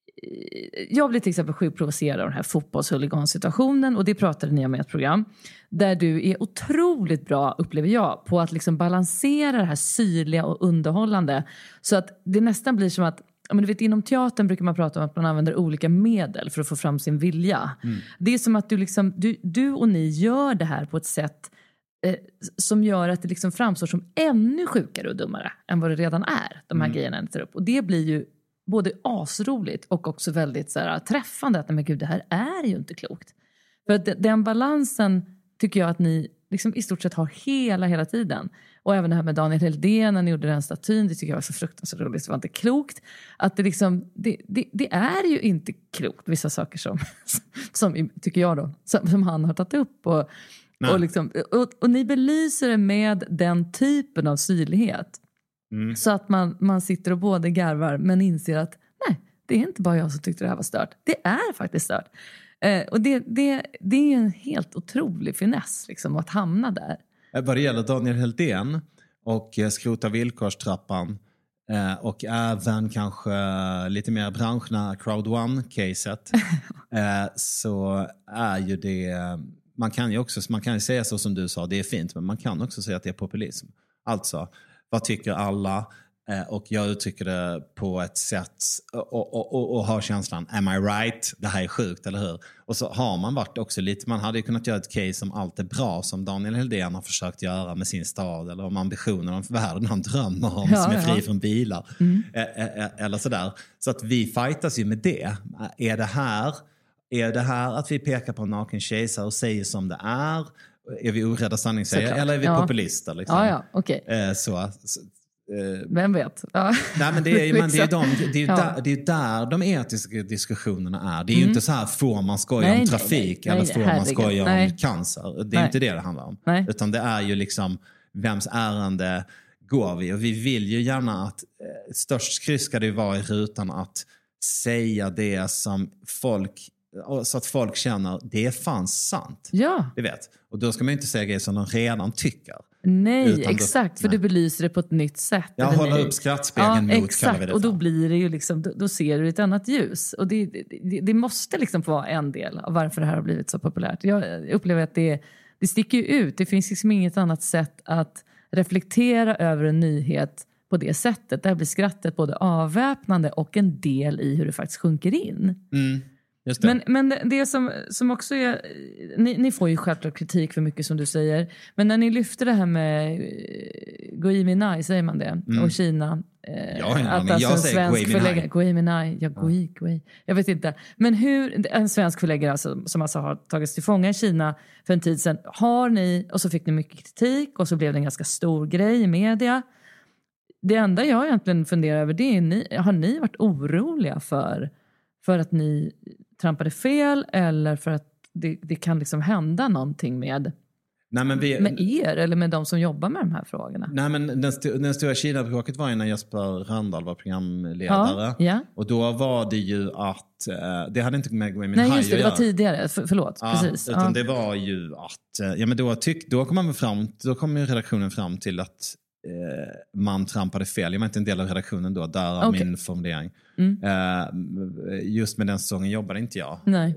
jag blir till exempel sjukt provocerad av den här fotbollshuligansituationen. Och det pratade ni om i ett program. Där du är otroligt bra, upplever jag, på att liksom balansera det här syrliga och underhållande. Så att det nästan blir som att, men du vet, inom teatern brukar man prata om att man använder olika medel för att få fram sin vilja. Det är som att du och ni gör det här på ett sätt som gör att det liksom framstår som ännu sjukare och dummare än vad det redan är. De här grejerna ni tar upp. Och det blir ju både asroligt och också väldigt så här, träffande. Att men gud, det här är ju inte klokt. För att den balansen tycker jag att ni liksom i stort sett har hela tiden. Och även det här med Daniel Heldén när ni gjorde den statyn, det tycker jag var så fruktansvärt roligt. Det var inte klokt. Att det liksom, det är ju inte klokt, vissa saker som tycker jag då, som han har tagit upp. Och ni belyser det med den typen av syrlighet. Så att man sitter och både garvar men inser att nej, det är inte bara jag som tyckte det här var stört. Det är faktiskt stört. Och det är en helt otrolig finess liksom, att hamna där. Vad det gäller Daniel Heldén och skrota villkorstrappan och även kanske lite mer branschnära crowd one-caset så är ju det man kan ju säga så som du sa, det är fint, men man kan också säga att det är populism. Alltså, vad tycker alla? Och jag uttrycker det på ett sätt och har känslan, am I right? Det här är sjukt, eller hur? Och så har man varit också lite, man hade ju kunnat göra ett case om allt är bra som Daniel Heldén har försökt göra med sin stad, eller om ambitionen om världen han drömmer om som är fri från bilar. Eller sådär. Så att vi fightas ju med det. Är det här att vi pekar på en naken kejsare och säger som det är? Är vi orädda sanningssägare eller är vi populister? Liksom? Ja, okej. Vem vet? Ja. Nej, men det är ju där de etiska diskussionerna är. Det är ju inte så här, får man skoja om trafik eller får man skoja om cancer. Det är inte det handlar om. Nej. Utan det är ju liksom, vems ärende går vi? Och vi vill ju gärna att störst kryss ska det ju vara i rutan att säga det som folk, så att folk känner det är fan sant. Ja. Du vet. Och då ska man ju inte säga grejer som de redan tycker. Nej, exakt. För du belyser det på ett nytt sätt. Jag håller upp skrattspegeln mot. Exakt. Och då blir det ju liksom, då ser du ett annat ljus. Och det måste liksom få vara en del av varför det här har blivit så populärt. Jag upplever att det sticker ut. Det finns liksom inget annat sätt att reflektera över en nyhet på det sättet. Där blir skrattet både avväpnande och en del i hur det faktiskt sjunker in. Just det. Men det som också är, ni får ju självklart kritik för mycket som du säger, men när ni lyfter det här med Gui Minhai, säger man det, och Kina, jag säger Gui Minhai, Gui, jag vet inte, men hur en svensk förläggare alltså, som alltså har tagits till fånga i Kina för en tid sedan, och så fick ni mycket kritik och så blev det en ganska stor grej i media. Det enda jag egentligen funderar över, det är, har ni varit oroliga för att ni trampade fel, eller för att det kan liksom hända någonting med er eller med de som jobbar med de här frågorna? Nej, men den stora Kina-bråket var ju när Jesper Rönndahl var programledare. Ja. Och då var det ju att det hade inte med Gui Minhai. Nej, just det var tidigare. Förlåt, precis. Utan det var ju att men då kom ju redaktionen fram till att man trampade fel. Jag var inte en del av redaktionen då, där min formulering. Just med den säsongen jobbade inte jag. Nej.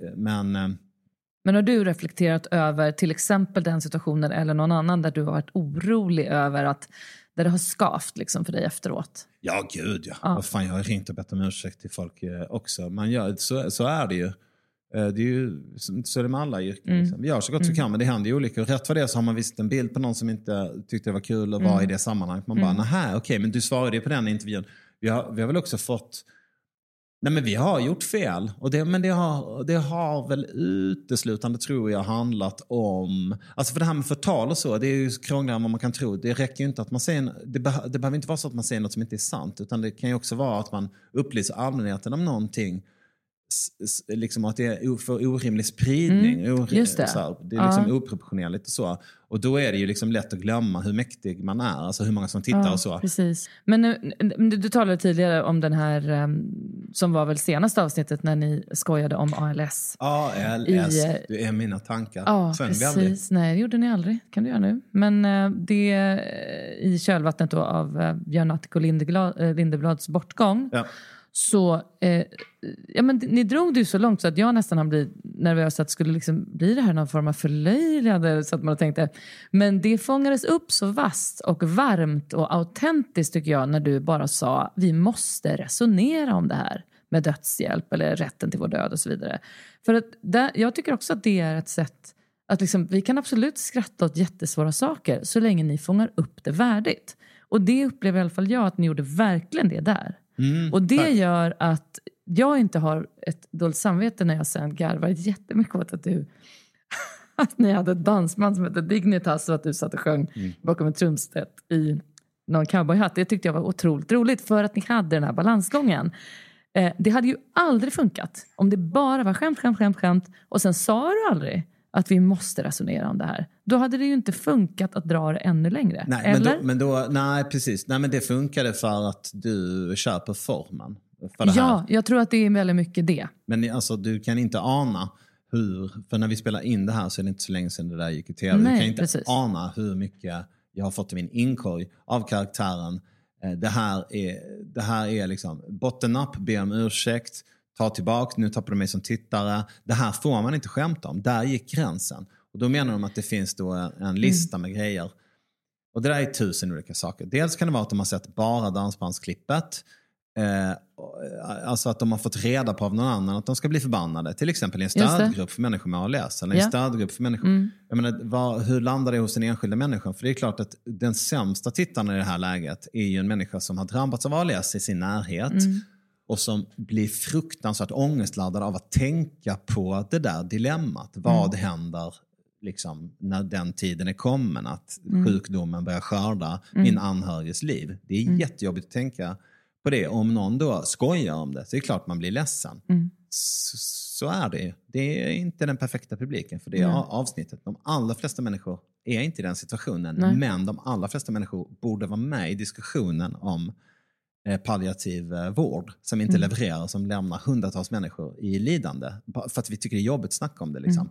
Men har du reflekterat över till exempel den situationen eller någon annan där du har varit orolig över att där det har skavt liksom för dig efteråt? Ja, gud ja. Vad fan, jag har ringt och bett om ursäkt till folk också. Man gör, så är det ju. Det är ju så är det med alla yrken. Liksom. Vi gör så gott vi kan, men det händer ju olika. Och rätt för det så har man visst en bild på någon som inte tyckte det var kul att vara i det sammanhanget. Man bara, okej, men du svarade ju på den intervjun. Vi har väl också fått... Nej, men vi har gjort fel. Men det har väl uteslutande, tror jag, handlat om... Alltså för det här med förtal och så, det är ju krångligare än vad man kan tro. Det räcker ju inte att man säger... Det behöver inte vara så att man säger något som inte är sant. Utan det kan ju också vara att man upplyser allmänheten om någonting. Liksom att det är för orimlig spridning. Just det. Det är liksom oproportionerligt och så. Och då är det ju liksom lätt att glömma hur mäktig man är. Alltså hur många som tittar och så. Precis. Men du talade tidigare om den här som var väl senaste avsnittet när ni skojade om ALS. ALS, det är mina tankar. Ja, precis. Nej, det gjorde ni aldrig. Kan du göra nu. Men det i kölvattnet då av Björn Attic och Lindeblads bortgång. Ja. Så men ni drog det ju så långt så att jag nästan har blivit nervös att skulle liksom bli det här någon form av förlöjligande, så att man tänkte, men det fångades upp så vasst och varmt och autentiskt tycker jag när du bara sa vi måste resonera om det här med dödshjälp eller rätten till vår död och så vidare. För att jag tycker också att det är ett sätt att liksom, vi kan absolut skratta åt jättesvåra saker så länge ni fångar upp det värdigt. Och det upplever i alla fall jag att ni gjorde verkligen det där. Och det gör att jag inte har ett dåligt samvete när jag sen garvar jättemycket åt att ni hade ett dansband som hette Dignitas och att du satt och sjöng bakom en trumset i någon cowboyhatt. Det tyckte jag var otroligt roligt för att ni hade den här balansgången. Det hade ju aldrig funkat om det bara var skämt och sen sa du aldrig att vi måste resonera om det här. Då hade det ju inte funkat att dra det ännu längre. Nej, eller? Nej, precis. Nej, men det funkade för att du köper formen. För det här. Jag tror att det är väldigt mycket det. Men alltså, du kan inte ana hur... För när vi spelar in det här så är det inte så länge sedan det där gick i tv. Nej, du kan inte precis. ana hur mycket jag har fått i min inkorg av karaktären. Det här är liksom botten up, be om ursäkt, ta tillbaka, nu tappar du mig som tittare. Det här får man inte skämta om. Där gick gränsen. Och då menar de att det finns då en lista med grejer. Och det där är 1000 olika saker. Dels kan det vara att de har sett bara dansbandsklippet. Alltså att de har fått reda på av någon annan att de ska bli förbannade. Till exempel i en stödgrupp för människor med ALS. Eller en stödgrupp för människor. Jag menar, hur landar det hos den enskilda människan? För det är klart att den sämsta tittaren i det här läget är ju en människa som har drabbats av ALS i sin närhet. Och som blir fruktansvärt ångestladdad av att tänka på det där dilemmat. Vad händer liksom, när den tiden är kommen? Att sjukdomen börjar skörda min anhöriges liv. Det är jättejobbigt att tänka på det. Om någon då skojar om det så är det klart man blir ledsen. Så är det. Det är inte den perfekta publiken för det avsnittet. De allra flesta människor är inte i den situationen. Men de allra flesta människor borde vara med i diskussionen om palliativ vård som inte levererar, som lämnar hundratals människor i lidande. För att vi tycker det är jobbigt att snacka om det. Liksom.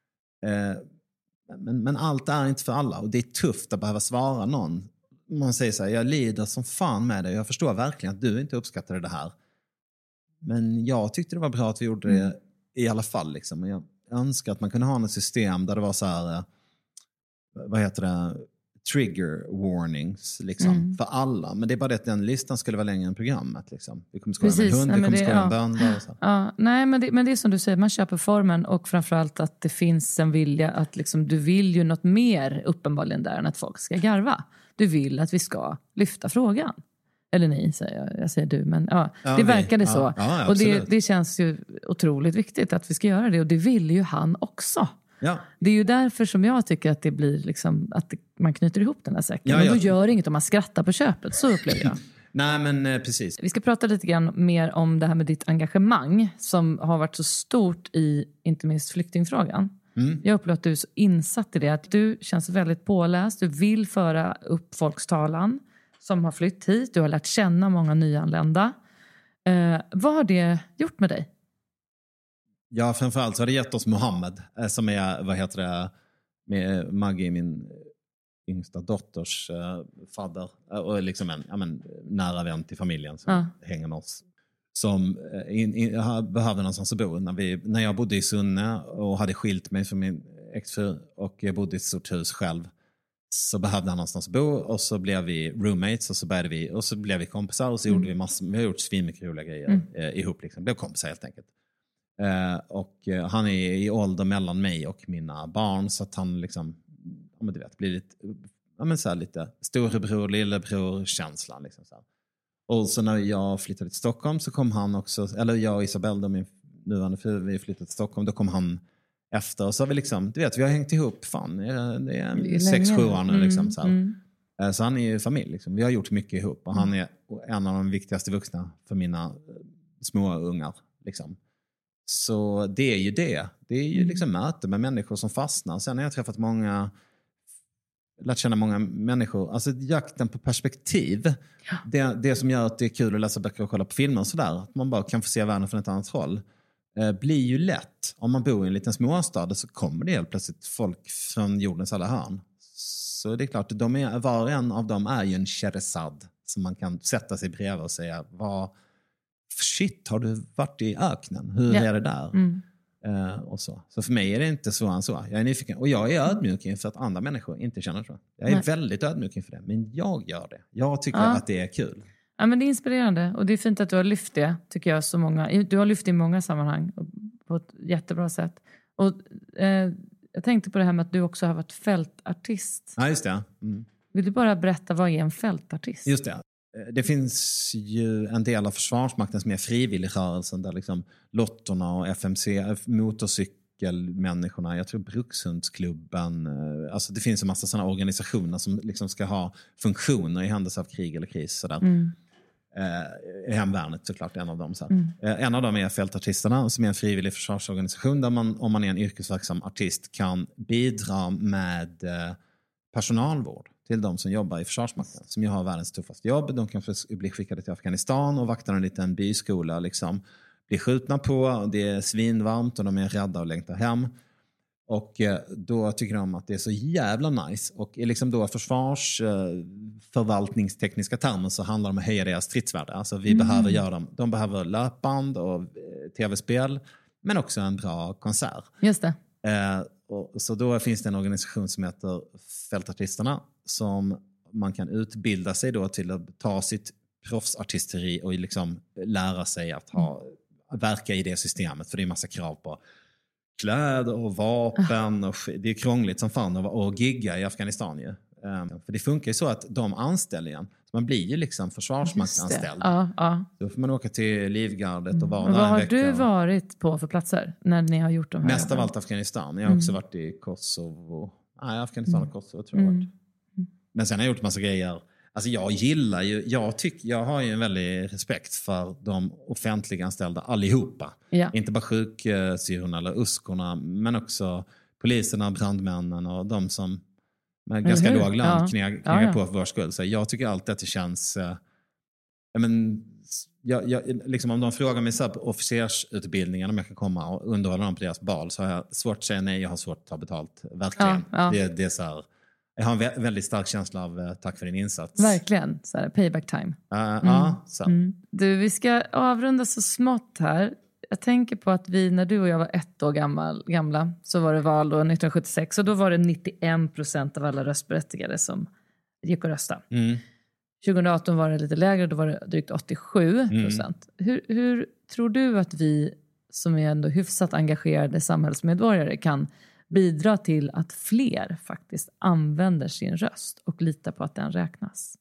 Men allt är inte för alla. Och det är tufft att behöva svara någon. Man säger så här, jag lider som fan med det. Jag förstår verkligen att du inte uppskattade det här. Men jag tyckte det var bra att vi gjorde det i alla fall. Liksom. Och jag önskar att man kunde ha ett system där det var så här, vad heter det? Trigger warnings liksom, för alla. Men det är bara det att den listan skulle vara längre än programmet. Liksom. Vi kommer skoja med hund, vi kommer skoja med bönder. Och så. Ja, nej, men det är som du säger, man köper formen och framförallt att det finns en vilja att liksom, du vill ju något mer uppenbarligen där än att folk ska garva. Du vill att vi ska lyfta frågan. Eller ni, säger jag säger du, men det verkade så. Ja, och det känns ju otroligt viktigt att vi ska göra det, och det vill ju han också. Ja. Det är ju därför som jag tycker att det blir liksom, att man knyter ihop den här säcken. Men då gör inget om man skrattar på köpet, så upplever jag. Nej, men precis. Vi ska prata lite grann mer om det här med ditt engagemang som har varit så stort i inte minst flyktingfrågan. Jag upplever att du är så insatt i det, att du känns väldigt påläst. Du vill föra upp folks talan som har flytt hit. Du har lärt känna många nyanlända. Vad har det gjort med dig? Ja, framförallt så har det gett oss Mohammed som är, med Maggie, min yngsta dotters fadder, och liksom en nära vän till familjen som hänger med oss. Som behövde någonstans att bo. När jag bodde i Sunne och hade skilt mig från min exfru och jag bodde i ett stort hus själv, så behövde han någonstans att bo, och så blev vi roommates, och så började vi, och så blev vi kompisar, och så gjorde vi vi har gjort svinmycket roliga grejer ihop liksom. Blev kompisar helt enkelt. Och han är i ålder mellan mig och mina barn, så att han liksom, du vet, blir lite storebror, lillebror känslan liksom så här. Och så när jag flyttade till Stockholm så kom han också, eller jag och Isabelle, min nuvarande fru, vi flyttade till Stockholm, då kom han efter, och så har vi liksom, du vet, vi har hängt ihop det är 6-7 år nu liksom så här. Så han är ju familj liksom. Vi har gjort mycket ihop, och han är en av de viktigaste vuxna för mina små ungar liksom. Så det är ju det är ju liksom möte med människor som fastnar. Sen har jag träffat lärt känna många människor, alltså jakten på perspektiv, det som gör att det är kul att läsa böcker och kolla på filmer och sådär, att man bara kan få se världen från ett annat håll, blir ju lätt. Om man bor i en liten småstad så kommer det helt plötsligt folk från jordens alla hörn. Så det är klart, var och en av dem är ju en Sherazad som man kan sätta sig bredvid och säga, shit, har du varit i öknen? Hur är det där? Och så för mig är det inte så än så. Jag är nyfiken. Och jag är ödmjuk inför att andra människor inte känner så. Jag är väldigt ödmjuk inför det. Men jag gör det. Jag tycker att det är kul. Ja, men det är inspirerande. Och det är fint att du har lyft det, tycker jag. Du har lyft det i många sammanhang. På ett jättebra sätt. Och jag tänkte på det här med att du också har varit fältartist. Ja, just det. Vill du bara berätta, vad är en fältartist? Just det. Det finns ju en del av Försvarsmakten som är frivilligrörelsen, där liksom lottorna och FMC, motorcykelmänniskorna, jag tror Brukshundsklubben, alltså det finns en massa sådana organisationer som liksom ska ha funktioner i händelse av krig eller kris sådär. Hemvärnet såklart en av dem. En av dem är Fältartisterna, som är en frivillig försvarsorganisation där man, om man är en yrkesverksam artist, kan bidra med personalvård till de som jobbar i Försvarsmakten, som ju har världens tuffaste jobb. De kan bli skickade till Afghanistan och vakta en liten byskola, liksom, bli skjutna på, det är svinvarmt och de är rädda och längtar hem. Och då tycker de att det är så jävla nice. Och liksom då försvarsförvaltningstekniska termer så handlar det om att höja deras stridsvärde. Alltså vi behöver göra dem. De behöver löpband och tv-spel, men också en bra konsert. Just det. Så då finns det en organisation som heter Fältartisterna som man kan utbilda sig då till att ta sitt proffsartisteri och liksom lära sig att verka i det systemet. För det är en massa krav på kläder och vapen. Och det är krångligt som fan att gigga i Afghanistan ju. För det funkar ju så att de anställer igen. Så man blir ju liksom försvarsmaktsanställd. Då får man åka till Livgardet och vara där en Vad har vecka. du varit på för platser när ni har gjort de här? Mest av allt Afghanistan. Jag har också varit i Kosovo. Nej, Afghanistan och Kosovo tror jag varit. Men sen har jag gjort massa grejer. Alltså jag gillar ju, jag har ju en väldig respekt för de offentliga anställda allihopa. Ja. Inte bara sjuksyrorna eller uskorna, men också poliserna, brandmännen och de som med ganska låg lön knegar på för vår skull. Så jag tycker alltid att det känns... liksom om de frågar mig så här på officersutbildningen om jag kan komma och underhålla dem på deras bal, så har jag svårt att säga nej, jag har svårt att ta betalt. Verkligen. Det är så här, jag har en väldigt stark känsla av tack för din insats. Verkligen, så här, payback time. Du, vi ska avrunda så smått här. Jag tänker på att när du och jag var 1 år gamla så var det val då 1976, och då var det 91% av alla röstberättigade som gick och rösta. 2018 var det lite lägre, då var det drygt 87%. Hur tror du att vi som är ändå hyfsat engagerade samhällsmedborgare kan bidra till att fler faktiskt använder sin röst och litar på att den räknas?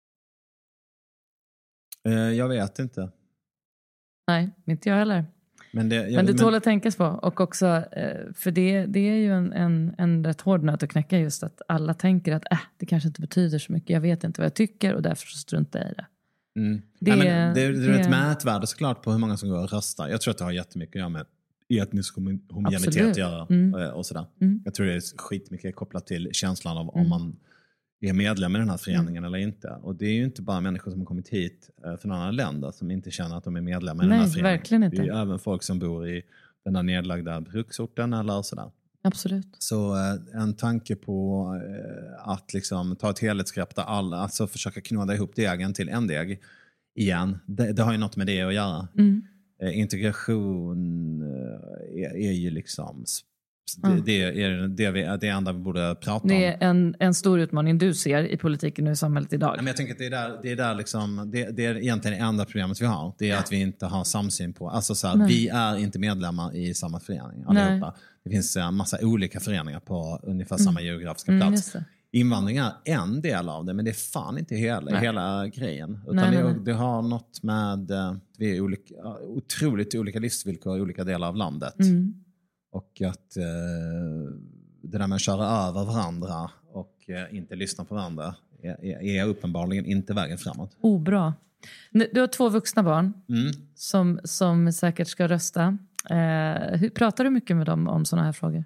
Jag vet inte. Nej, inte jag heller. Men det tål att tänkas på. Och också, för det är ju en rätt hård nöt att knäcka, just att alla tänker att det kanske inte betyder så mycket. Jag vet inte vad jag tycker och därför struntar jag i det. Det är ett mätvärde såklart på hur många som går och röstar. Jag tror att det har jättemycket att göra med etnisk homogenitet att göra och sådär. Jag tror det är skitmycket kopplat till känslan av om man är medlem i den här föreningen eller inte. Och det är ju inte bara människor som har kommit hit från andra länder som inte känner att de är medlemmar i den här föreningen. Verkligen inte. Det är även folk som bor i den här nedlagda bruksorten eller sådär. Absolut. Så en tanke på att liksom ta ett helhetsgrepp där alla, alltså försöka knåda ihop degen till en deg igen. Det har ju något med det att göra. Integration är ju liksom det är det enda vi borde prata om. Det är en stor utmaning du ser i politiken och i samhället idag. Men jag tänker att det är där liksom, det är egentligen det enda problemet vi har. Det är att vi inte har samsyn på, alltså så här, vi är inte medlemmar i samma förening allihopa. Det finns en massa olika föreningar på ungefär samma geografiska plats. Invandring är en del av det, men det är fan inte hela grejen. Utan det har något med vi är otroligt olika livsvillkor i olika delar av landet. Och att det där med att köra över varandra och inte lyssna på varandra är uppenbarligen inte vägen framåt. Bra. Du har 2 vuxna barn som säkert ska rösta. Pratar du mycket med dem om såna här frågor?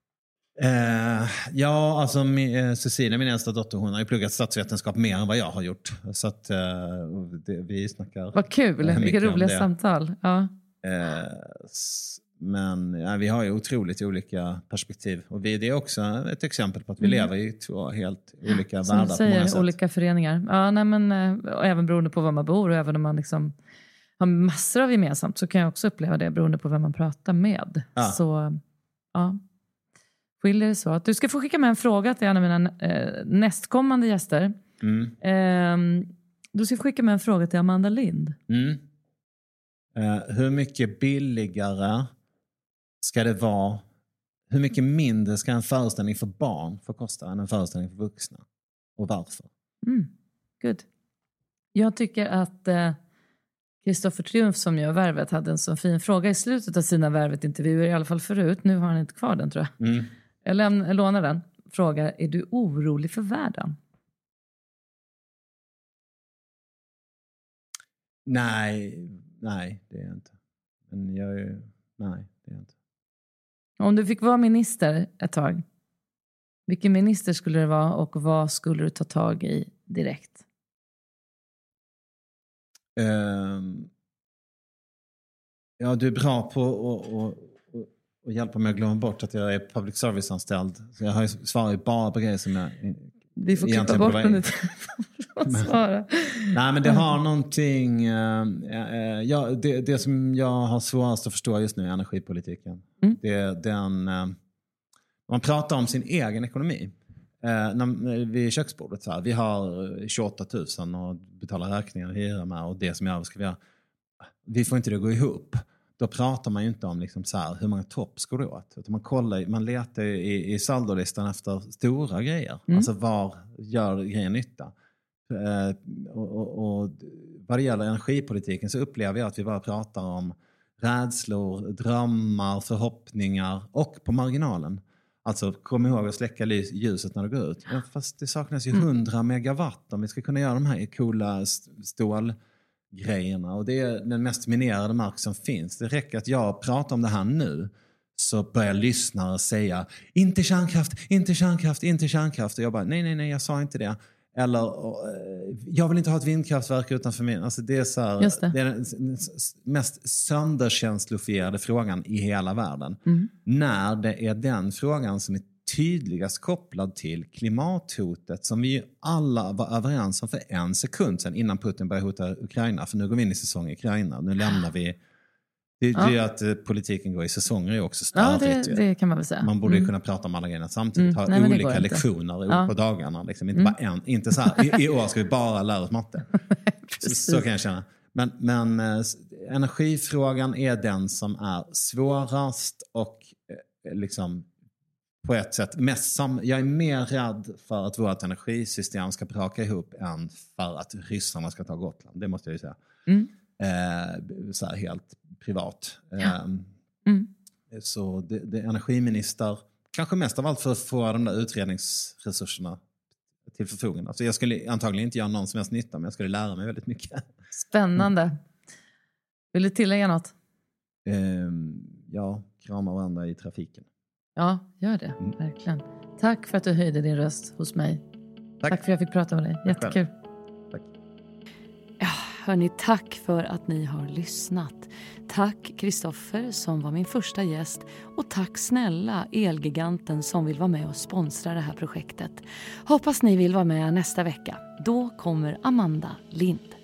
Ja, alltså Cecilia, min äldsta dotter, hon har ju pluggat statsvetenskap mer än vad jag har gjort. Så att vi snackar. Vad kul, vilka roliga samtal. Ja. Men vi har ju otroligt olika perspektiv. Och det är också ett exempel på att vi lever i 2 helt olika världar på många sätt. Olika föreningar. Ja, nej, men även beroende på var man bor, och även om man liksom har massor av gemensamt, så kan jag också uppleva det beroende på vem man pratar med. Så ja, skiljer det så. Att du ska få skicka med en fråga till en av mina nästkommande gäster. Du ska skicka med en fråga till Amanda Lind. Hur mycket billigare ska det vara? Hur mycket mindre ska en föreställning för barn få kosta än en föreställning för vuxna? Och varför? Good. Jag tycker att Kristoffer Triumf som gör Värvet hade en så fin fråga i slutet av sina Värvet-intervjuer, i alla fall förut. Nu har han inte kvar den, tror jag. Jag lånar den. Fråga, är du orolig för världen? Nej, det är jag inte. Men nej, det är jag inte. Om du fick vara minister ett tag, vilken minister skulle det vara och vad skulle du ta tag i direkt? Ja, du är bra på att hjälpa mig att glömma bort att jag är public service-anställd. Så jag svarar bara på grejer som jag... Vi får klippa bort den lite. Nej, men det har någonting... det som jag har svårast att förstå just nu är energipolitiken. Det är den... man pratar om sin egen ekonomi. Vid köksbordet. Så här, vi har 28 000 och betalar räkningar och hyra med och det som jag ska vi göra. Vi får inte det gå ihop. Då pratar man ju inte om liksom så här, hur många toppskor det åt. Utan man letar i saldolistan efter stora grejer. Alltså var gör grejen nytta? Och vad det gäller energipolitiken så upplever jag att vi bara pratar om rädslor, drömmar, förhoppningar och på marginalen. Alltså kom ihåg att släcka ljuset när det går ut. Ja, fast det saknas ju 100 megawatt om vi ska kunna göra de här coola stålgrejerna. Och det är den mest minerade mark som finns. Det räcker att jag pratar om det här nu så börjar lyssnare säga inte kärnkraft, inte kärnkraft, inte kärnkraft. Och jag bara nej, jag sa inte det. Eller jag vill inte ha ett vindkraftverk utanför min. Alltså det är så här, det är den mest sönderkänslofierade frågan i hela världen. När det är den frågan som är tydligast kopplad till klimathotet som vi alla var överens om för en sekund sedan innan Putin började hota Ukraina. För nu går vi in i säsong i Ukraina. Nu lämnar vi. Det är ju att politiken går i säsonger är också störigt. Ja, det kan man väl säga. Man borde ju kunna prata om alla grejerna samtidigt. Ha olika lektioner på dagarna. Liksom. Inte bara inte så här, i år ska vi bara lära oss matte. så kan jag känna. Men energifrågan är den som är svårast och liksom på ett sätt jag är mer rädd för att vårt energisystem ska braka ihop än för att ryssarna ska ta Gotland. Det måste jag ju säga. Så här helt privat. Så det energiminister kanske mest av allt för att få de där utredningsresurserna till förfogande. Alltså jag skulle antagligen inte göra någon som helst nytta men jag skulle lära mig väldigt mycket. Spännande. Vill du tillägga något? Ja, krama varandra i trafiken. Ja, gör det. Verkligen. Tack för att du höjde din röst hos mig. Tack för att jag fick prata med dig. Jättekul. Tack. Ja, hörni, tack för att ni har lyssnat. Tack Kristoffer som var min första gäst. Och tack snälla Elgiganten som vill vara med och sponsra det här projektet. Hoppas ni vill vara med nästa vecka. Då kommer Amanda Lind.